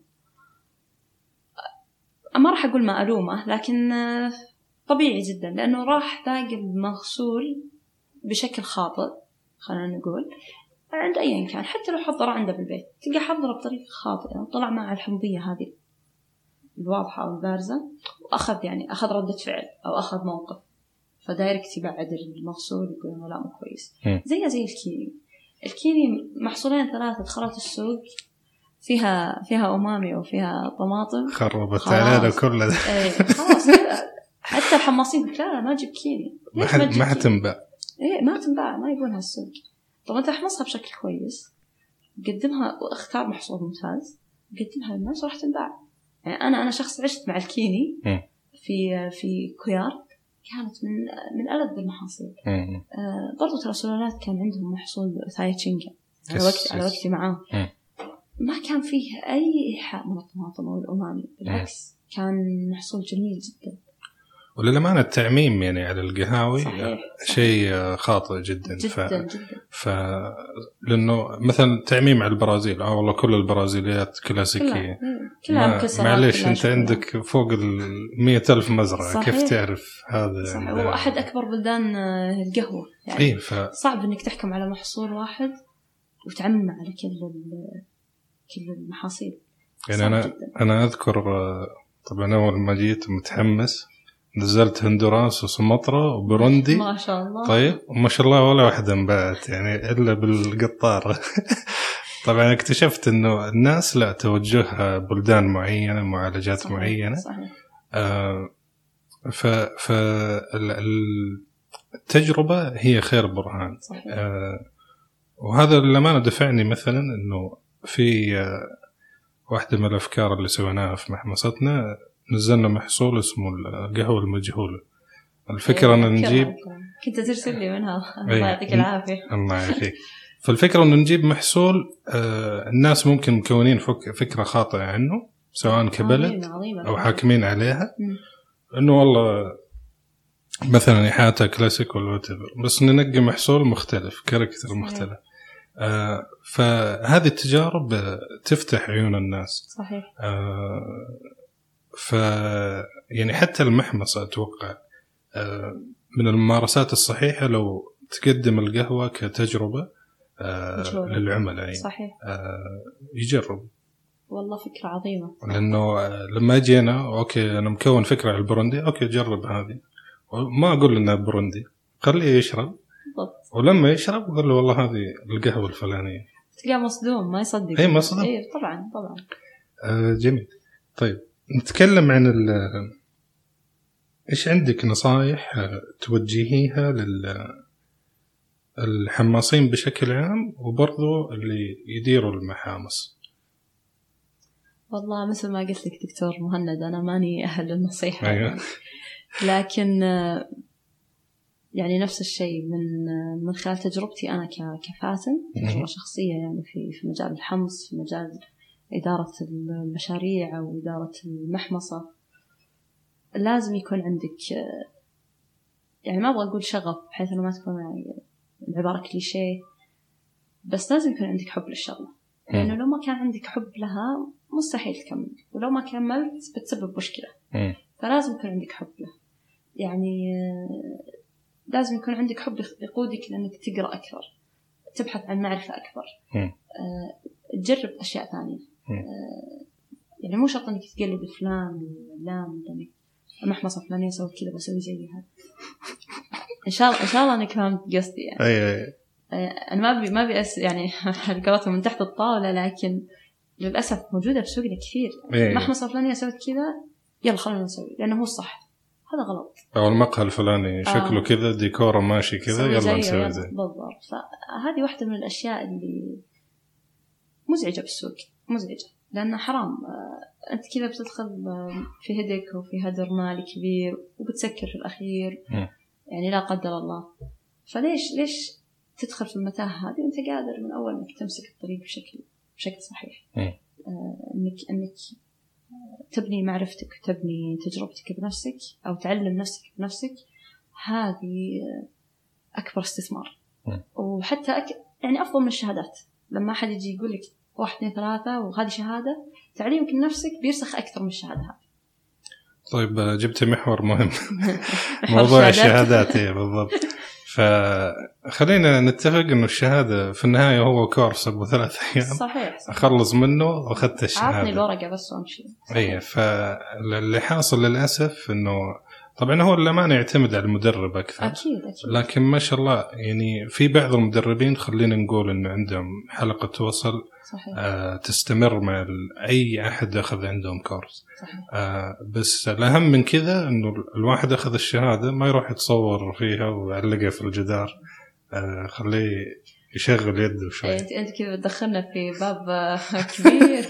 ما راح أقول ما ألومه، لكن طبيعي جدا لأنه راح ذاق المغسول بشكل خاطئ، خلينا نقول عند أي كان، حتى لو حضر عنده بالبيت تلقى حضره بطريقة خاطئة، طلع مع الحمضية هذه الواضحة أو البارزة، وأخذ يعني أخذ ردة فعل أو أخذ موقف، فدايركت يبعد المغسول يقول إنه لا مو كويس. زي زي الكيني. الكيني محصولين ثلاثة دخلت السوق فيها فيها أمامي وفيها طماطم، خربت علينا كلها. إيه خلاص حتى الحماصين لا لا ما جيب كيني، ما ما تنباع. إيه ما تنباع، ما يبونها السوق. طب أنت احمصها بشكل كويس، قدمها واختار محصول ممتاز، قدمها للناس وراح تنباع. يعني أنا أنا شخص عشت مع الكيني م. في في كويار، كانت من من ألذ المحاصيل. آه برضو ترى سلالات كان عندهم محصول ثايتشينجا على وقت على وقتي معاه، ما كان فيه أي إيحاء من الطماطم والأمامي، بالعكس كان محصول جميل جدا. وللأمانة التعميم يعني على القهاوي صحيح. شيء خاطئ جدا جدا, ف... جدا. ف... لأنه مثلا تعميم على البرازيل آه والله كل البرازيليات كلاسيكية، كلها معليش أنت عندك فوق المية ألف مزرعة صحيح. كيف تعرف هذا صحيح. يعني وأحد أكبر بلدان القهوة يعني إيه ف... صعب إنك تحكم على محصول واحد وتعمم على كل ال... كل المحاصيل يعني أنا جداً. أنا أذكر طبعا أول ما جيت متحمس نزلت هندوراس وسمطرة وبروندي ما شاء الله. طيب وما شاء الله ولا واحدة انباعت يعني إلا بالقطارة. طبعا اكتشفت إنه الناس لا توجهها بلدان معينة معالجات صحيح. معينة صحيح. آه ف فالتجربة هي خير برهان صحيح. آه وهذا لما أنا دفعني مثلا إنه في آه واحدة من الأفكار اللي سويناها في محمصتنا نزلنا محصول اسمه القهوة المجهولة. الفكرة أن نجيب كنت ترسل لي منها الله يعطيك العافية. الله يعافيك. فالفكرة أن نجيب محصول آه الناس ممكن مكونين فكرة خاطئة عنه سواء كبلد أو حاكمين عليها م. أنه والله مثلا إحاطة كلاسيك ولا whatever، بس ننقي محصول مختلف كاركتر مختلف. آه فهذه التجارب تفتح عيون الناس صحيح. آه ف يعني حتى المحمصة أتوقع آه من الممارسات الصحيحة لو تقدم القهوة كتجربة آه للعملاء يعني صحيح. آه يجرب. والله فكرة عظيمة. لأنه آه لما أجينا أوكي أنا مكون فكرة على البروندي أوكي جرب هذه، ما أقول إنها بروندي خليه يشرب بالضبط. ولما يشرب قال له والله هذه القهوة الفلانية تلقى مصدوم ما يصدق. أي مصدوم. أي طبعا طبعا. آه جميل. طيب نتكلم عن ال إيش عندك نصائح توجهيها للحماصين بشكل عام وبرضو اللي يديروا المحامص؟ والله مثل ما قلت لك دكتور مهند أنا ماني أهل النصيحة أيوة. لكن يعني نفس الشيء من من خلال تجربتي أنا كفاتن تجربة شخصية يعني في في مجال الحمص، في مجال إدارة المشاريع أو إدارة المحمصة، لازم يكون عندك يعني ما أبغى أقول شغف بحيث أنه ما تكون يعني العبارة كليشيه، بس لازم يكون عندك حب للشغلة، لأنه لو ما كان عندك حب لها مستحيل تكمل، ولو ما كملت بتسبب مشكلة. فلازم يكون عندك حب له، يعني لازم يكون عندك حب يقودك لأنك تقرأ أكثر، تبحث عن معرفة أكثر، تجرب أشياء ثانية. يعني مو شرط أنك تقلد فلان ولا لان، لأنك محمصة فلانية سوت كذا بسوي زيها. إن شاء الله إن شاء الله أنك فهمت قصدي يعني. أي أي. أنا ما بي ما بيأس يعني حركاتهم من تحت الطاولة، لكن للأسف موجودة في سوقنا كثير. محمصة فلانية سوت كذا يلا خلينا نسوي لأنه هو الصح، هذا غلط. أو المقهى الفلاني شكله آه. كذا ديكوره ماشي كذا يلا نسوي زي. بالضبط. فهذه واحدة من الأشياء اللي مزعجة بالسوق، مزعجة لأنه حرام. أنت كذا بتدخل في هدك وفي هدر مالي كبير وبتسكر في الأخير م. يعني لا قدر الله. فليش ليش تدخل في المتاهة هذه وأنت قادر من أول إنك تمسك الطريق بشكل بشكل صحيح. م. آه إنك إنك تبني معرفتك وتبني تجربتك بنفسك أو تعلم نفسك بنفسك، هذه أكبر استثمار. م. وحتى أك... يعني أفضل من الشهادات. لما أحد يجي يقول لك واحد اثنين ثلاثة وهذه شهادة، تعليمك لنفسك بيرسخ أكثر من الشهادة هذه. طيب جبت محور مهم موضوع الشهادات. إيه بالضبط. فخلينا نتفق إنه الشهادة في النهاية هو كورس أبو ثلاث أيام صحيح, صحيح. أخلص منه وأخذت الشهادة. عطني الورقة بس وأمشي. إيه. فاللي حاصل للأسف إنه طبعا هو الأمانة يعتمد على المدرب أكثر. أكيد أكيد. لكن ما شاء الله يعني في بعض المدربين خلينا نقول إنه عندهم حلقة وصل آه تستمر مع أي أحد أخذ عندهم كورس. آه بس الأهم من كذا إنه الواحد أخذ الشهادة ما يروح يتصور فيها ويعلقها في الجدار. آه خليه يشغل يده شوي. أنت أنت كذا تدخلنا في باب كبير.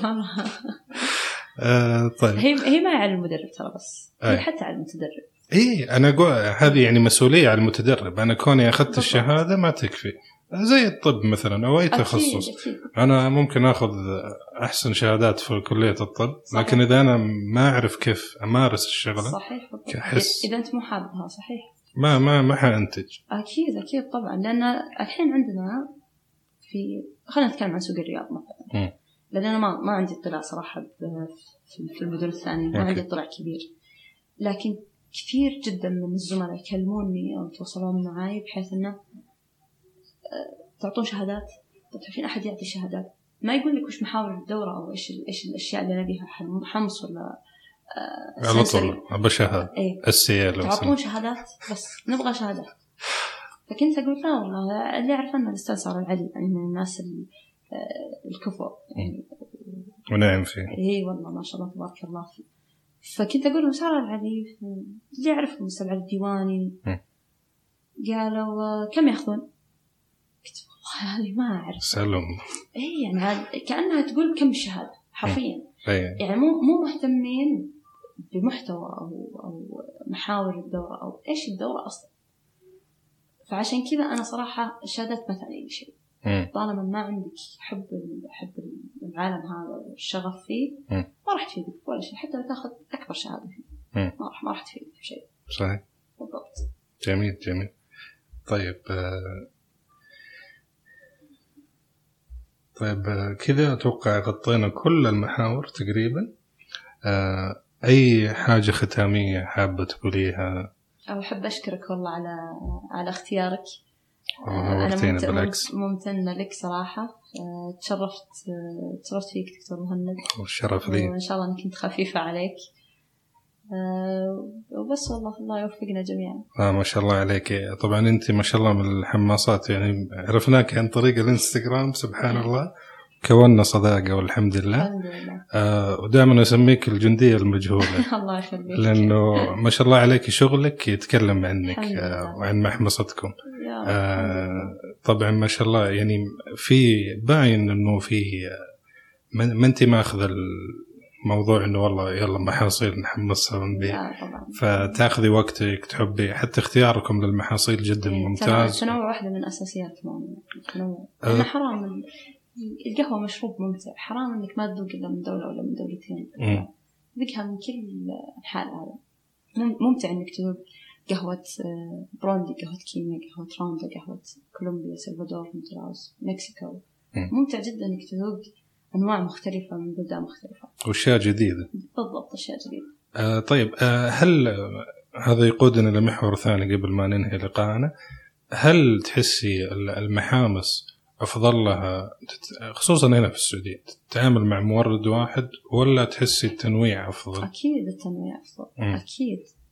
آه طيب. هي هي ما على المدرب ترى بس هي حتى على المتدرب. إيه أنا أقول هذه يعني مسؤولية على المتدرب. أنا كوني أخذت الشهادة ما تكفي. زي الطب مثلا أو أي تخصص. أكيد أكيد. أنا ممكن أخذ أحسن شهادات في كلية الطب صحيح. لكن إذا أنا ما أعرف كيف أمارس الشغلة صحيح كحس إذا أنت مو حابها صحيح ما ما ما حأنتج. أكيد أكيد طبعا. لأن الحين عندنا في خلينا نتكلم عن سوق الرياض مثلا م. لأن أنا ما ما عندي اطلاع صراحة في المدن الثانية ما عندي اطلاع كبير، لكن كثير جدا من الزملاء يكلموني أو يتواصلون معي بحيث إنه تعطون شهادات. طب تعرفين أحد يعطي شهادات ما يقول لك وش محاور الدورة أو إيش إيش الأشياء اللي نبيها حمص ولا على طول أبى شهادة السيالة تعطون شهادات بس نبغى شهادات. فكنت أقول لا والله اللي أعرفنا الأستاذ صار العلي يعني من الناس الكفؤ يعني ونعم فيه. إيه والله ما شاء الله تبارك الله فيه. فكنت أقول لهم صار العلي اللي يعرفهم السبع الديواني م. قالوا كم يأخذون؟ قلت والله هذه ما أعرف. سلم. إيه يعني كأنها تقول كم الشهادة حرفيا. أيه. يعني مو مو مهتمين بمحتوى أو أو محاور الدورة أو إيش الدورة أصلا. فعشان كذا أنا صراحة الشهادات ما تعني لي شيء. طالما ما عندك حب حب العالم هذا والشغف فيه م. ما راح تفيدك ولا شيء. حتى لو تأخذ أكبر شهادة فيه م. ما راح ما راح تفيدك في شيء. صحيح. بالضبط. جميل جميل. طيب آه طيب كذا أتوقع غطينا كل المحاور تقريبا. آه أي حاجة ختامية حابة تقوليها؟ أو أحب أشكرك والله على على اختيارك. أنا ممتن ممتنة لك صراحة. تشرفت تشرفت فيك دكتور مهند. والشرف لي. وإن شاء الله أنك كنت خفيفة عليك. وبس والله الله يوفقنا جميعا. آه ما شاء الله عليك. طبعا أنت ما شاء الله من الحماسات يعني عرفناك عن طريق الانستغرام سبحان الله كوننا صداقة والحمد لله. الحمد لله. آه ودائما أسميك الجندية المجهولة. الله يخليك. لأنه ما شاء الله عليك شغلك يتكلم عنك آه وعن محمصتكم. آه طبعا ما شاء الله يعني في باين إنه في ما أنت ما أخذ الموضوع إنه والله يلا محاصيل نحمصها ونبيع. فتأخذي وقتك تحبي حتى اختياركم للمحاصيل جدا ممتاز. تنوع واحدة من أساسيات التنوع. أه حرام القهوة مشروب ممتع. حرام إنك ما تذوق إلا من دولة ولا من دولتين. ذقها من كل حال. هذا ممتع إنك تذوق قهوة بروندي قهوة كينيا قهوة روندا قهوة كولومبيا سلفادور مونتراوس مكسيكو. ممتع جدا إنك تذوق أنواع مختلفة من بلدان مختلفة وأشياء جديدة. بالضبط أشياء جديدة. آه طيب آه هل هذا يقودنا لمحور ثاني قبل ما ننهي لقاءنا. هل تحسي المحامص أفضل لها خصوصا هنا في السعودية تتعامل مع مورد واحد ولا تحسي التنويع أفضل؟ أكيد التنويع أفضل. م. أكيد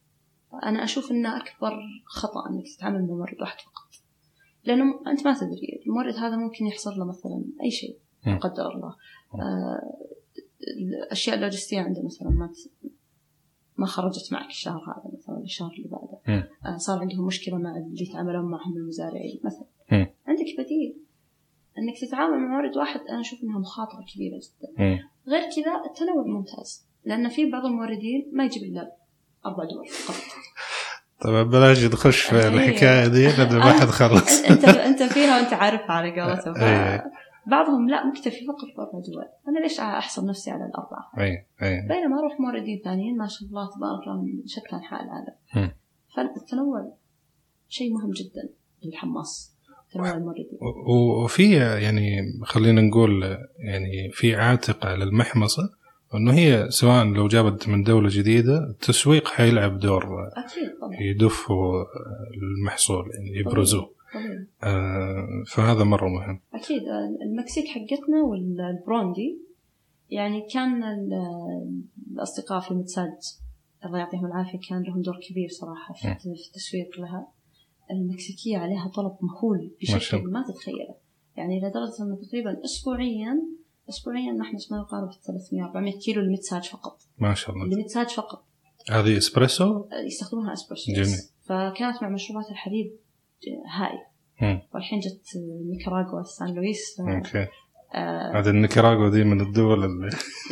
أنا أشوف إنه أكبر خطأ إنك تتعامل مع مورد واحد فقط، لأنه أنت ما تدري المورد هذا ممكن يحصل له مثلا أي شيء لا قدر الله. آه الأشياء اللوجستية عنده مثلا ما ما خرجت معك الشهر هذا مثلا الشهر اللي بعده، آه صار عندهم مشكلة مع اللي يتعاملون معهم المزارعين مثلا، م. عندك بديل إنك تتعامل مع مورد واحد. أنا أشوف إنها مخاطرة كبيرة جدا. م. غير كذا التنوع ممتاز، لأن في بعض الموردين ما يجيب إلا أربع دول فقط. طبعا بلاش تخش في الحكاية دي لأن ما حد خلص. أنت أنت فيها وأنت عارف على قولتهم. بعضهم لا مكتفي فقط بأربع دول، أنا ليش أحصل نفسي على الأربعة؟ أي أي. بينما أروح موردين ثانيين ما شاء الله تبارك الله من شتى أنحاء العالم. فالتنوع شيء مهم جدا للحماص، تنوع الموردين. وفي يعني خلينا نقول يعني في عاتق على المحمصة إنه هي سواء لو جابت من دولة جديدة التسويق حيلعب دور. أكيد طبعا. يدفوا المحصول يعني يبرزوه. آه فهذا مرة مهم. أكيد. المكسيك حقتنا والبروندي يعني كان الأصدقاء في المتساج الله يعطيهم العافية كان لهم دور كبير صراحة في التسويق لها. المكسيكية عليها طلب مهول بشكل ما تتخيله، يعني لدرجة أنه تقريبا أسبوعيا أسبوعيا نحن ما يقارب ثلاثمية أربعمية كيلو المتساج فقط. ما شاء الله. المتساج فقط. هذه إسبريسو؟ يستخدمونها إسبريسو. جميل. فكانت مع مشروبات الحليب هائل. والحين جت نيكاراغوا سان لويس. أوكي. آه هذا النيكاراغوا دي من الدول اللي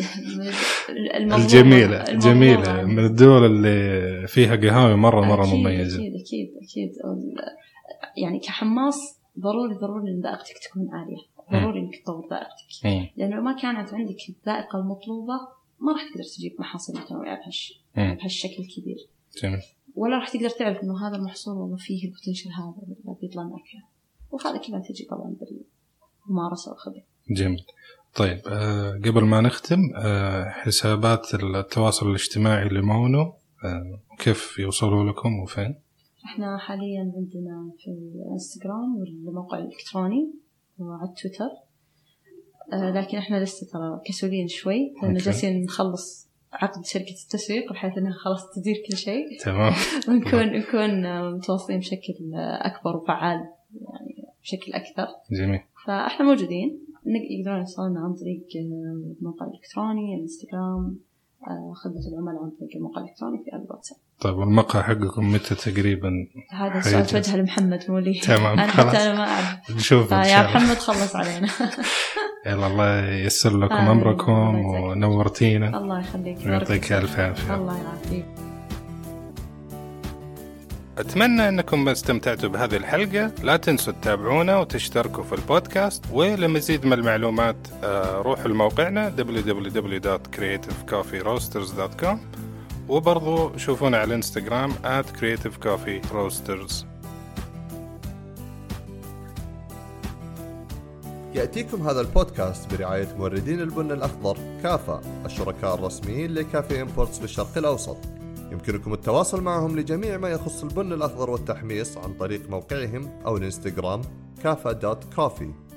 الجميلة الجميلة من الدول اللي فيها قهوة مرة مرة أكيد مميزة. أكيد أكيد أكيد. يعني كحماص ضروري ضروري إن ذائقتك تكون عالية، ضروري إنك تطور ذائقتك، لأنه ما كانت عندك الذائقة المطلوبة ما راح تقدر تجيب محاصيل متنوعة بهالش بهالشكل الكبير. جميل. ولا راح تقدر تعرف إنه هذا المحصول والله فيه البوتنشل هذا اللي بيطلع معك، وهذا كله تجي طبعا بالممارسة والخبرة. جميل. طيب آه قبل ما نختم آه حسابات التواصل الاجتماعي لمونو آه كيف يوصلوا لكم وفين؟ احنا حاليا عندنا في الانستغرام والموقع الالكتروني وعلى تويتر، آه لكن احنا لسه ترى كسولين شوي لأنه جالسين نخلص عقد شركة التسويق بحيث انها خلاص تدير كل شيء. تمام. ونكون نكون متواصلين بشكل اكبر وفعال يعني بشكل اكثر. جميل. فاحنا موجودين يقدرون يوصلنا عن طريق الموقع الالكتروني الانستغرام، خدمة العملاء عن طريق الموقع الإلكتروني في الواتساب. طيب والمقهى حقكم متى تقريبا؟ هذا السؤال توجه لمحمد مولي. تمام. أنا حتى أنا ما أعرف. نشوف إن شاء الله. يا محمد خلص علينا. يلا الله ييسر لكم أمركم ونورتينا. الله يخليك. ويعطيك ألف عافية. الله يعافيك. أتمنى أنكم استمتعتوا بهذه الحلقة. لا تنسوا تتابعونا وتشتركوا في البودكاست، ولمزيد من المعلومات روحوا لموقعنا دبليو دبليو دبليو دوت كرييتيف كوفي روسترز دوت كوم، وبرضو شوفونا على الانستغرام آت كرييتيف كوفي روسترز. يأتيكم هذا البودكاست برعاية موردين البن الأخضر كافا، الشركاء الرسميين لكافي إمبورتس بالشرق الأوسط. يمكنكم التواصل معهم لجميع ما يخص البن الأخضر والتحميص عن طريق موقعهم أو الانستغرام كافا دوت كوفي.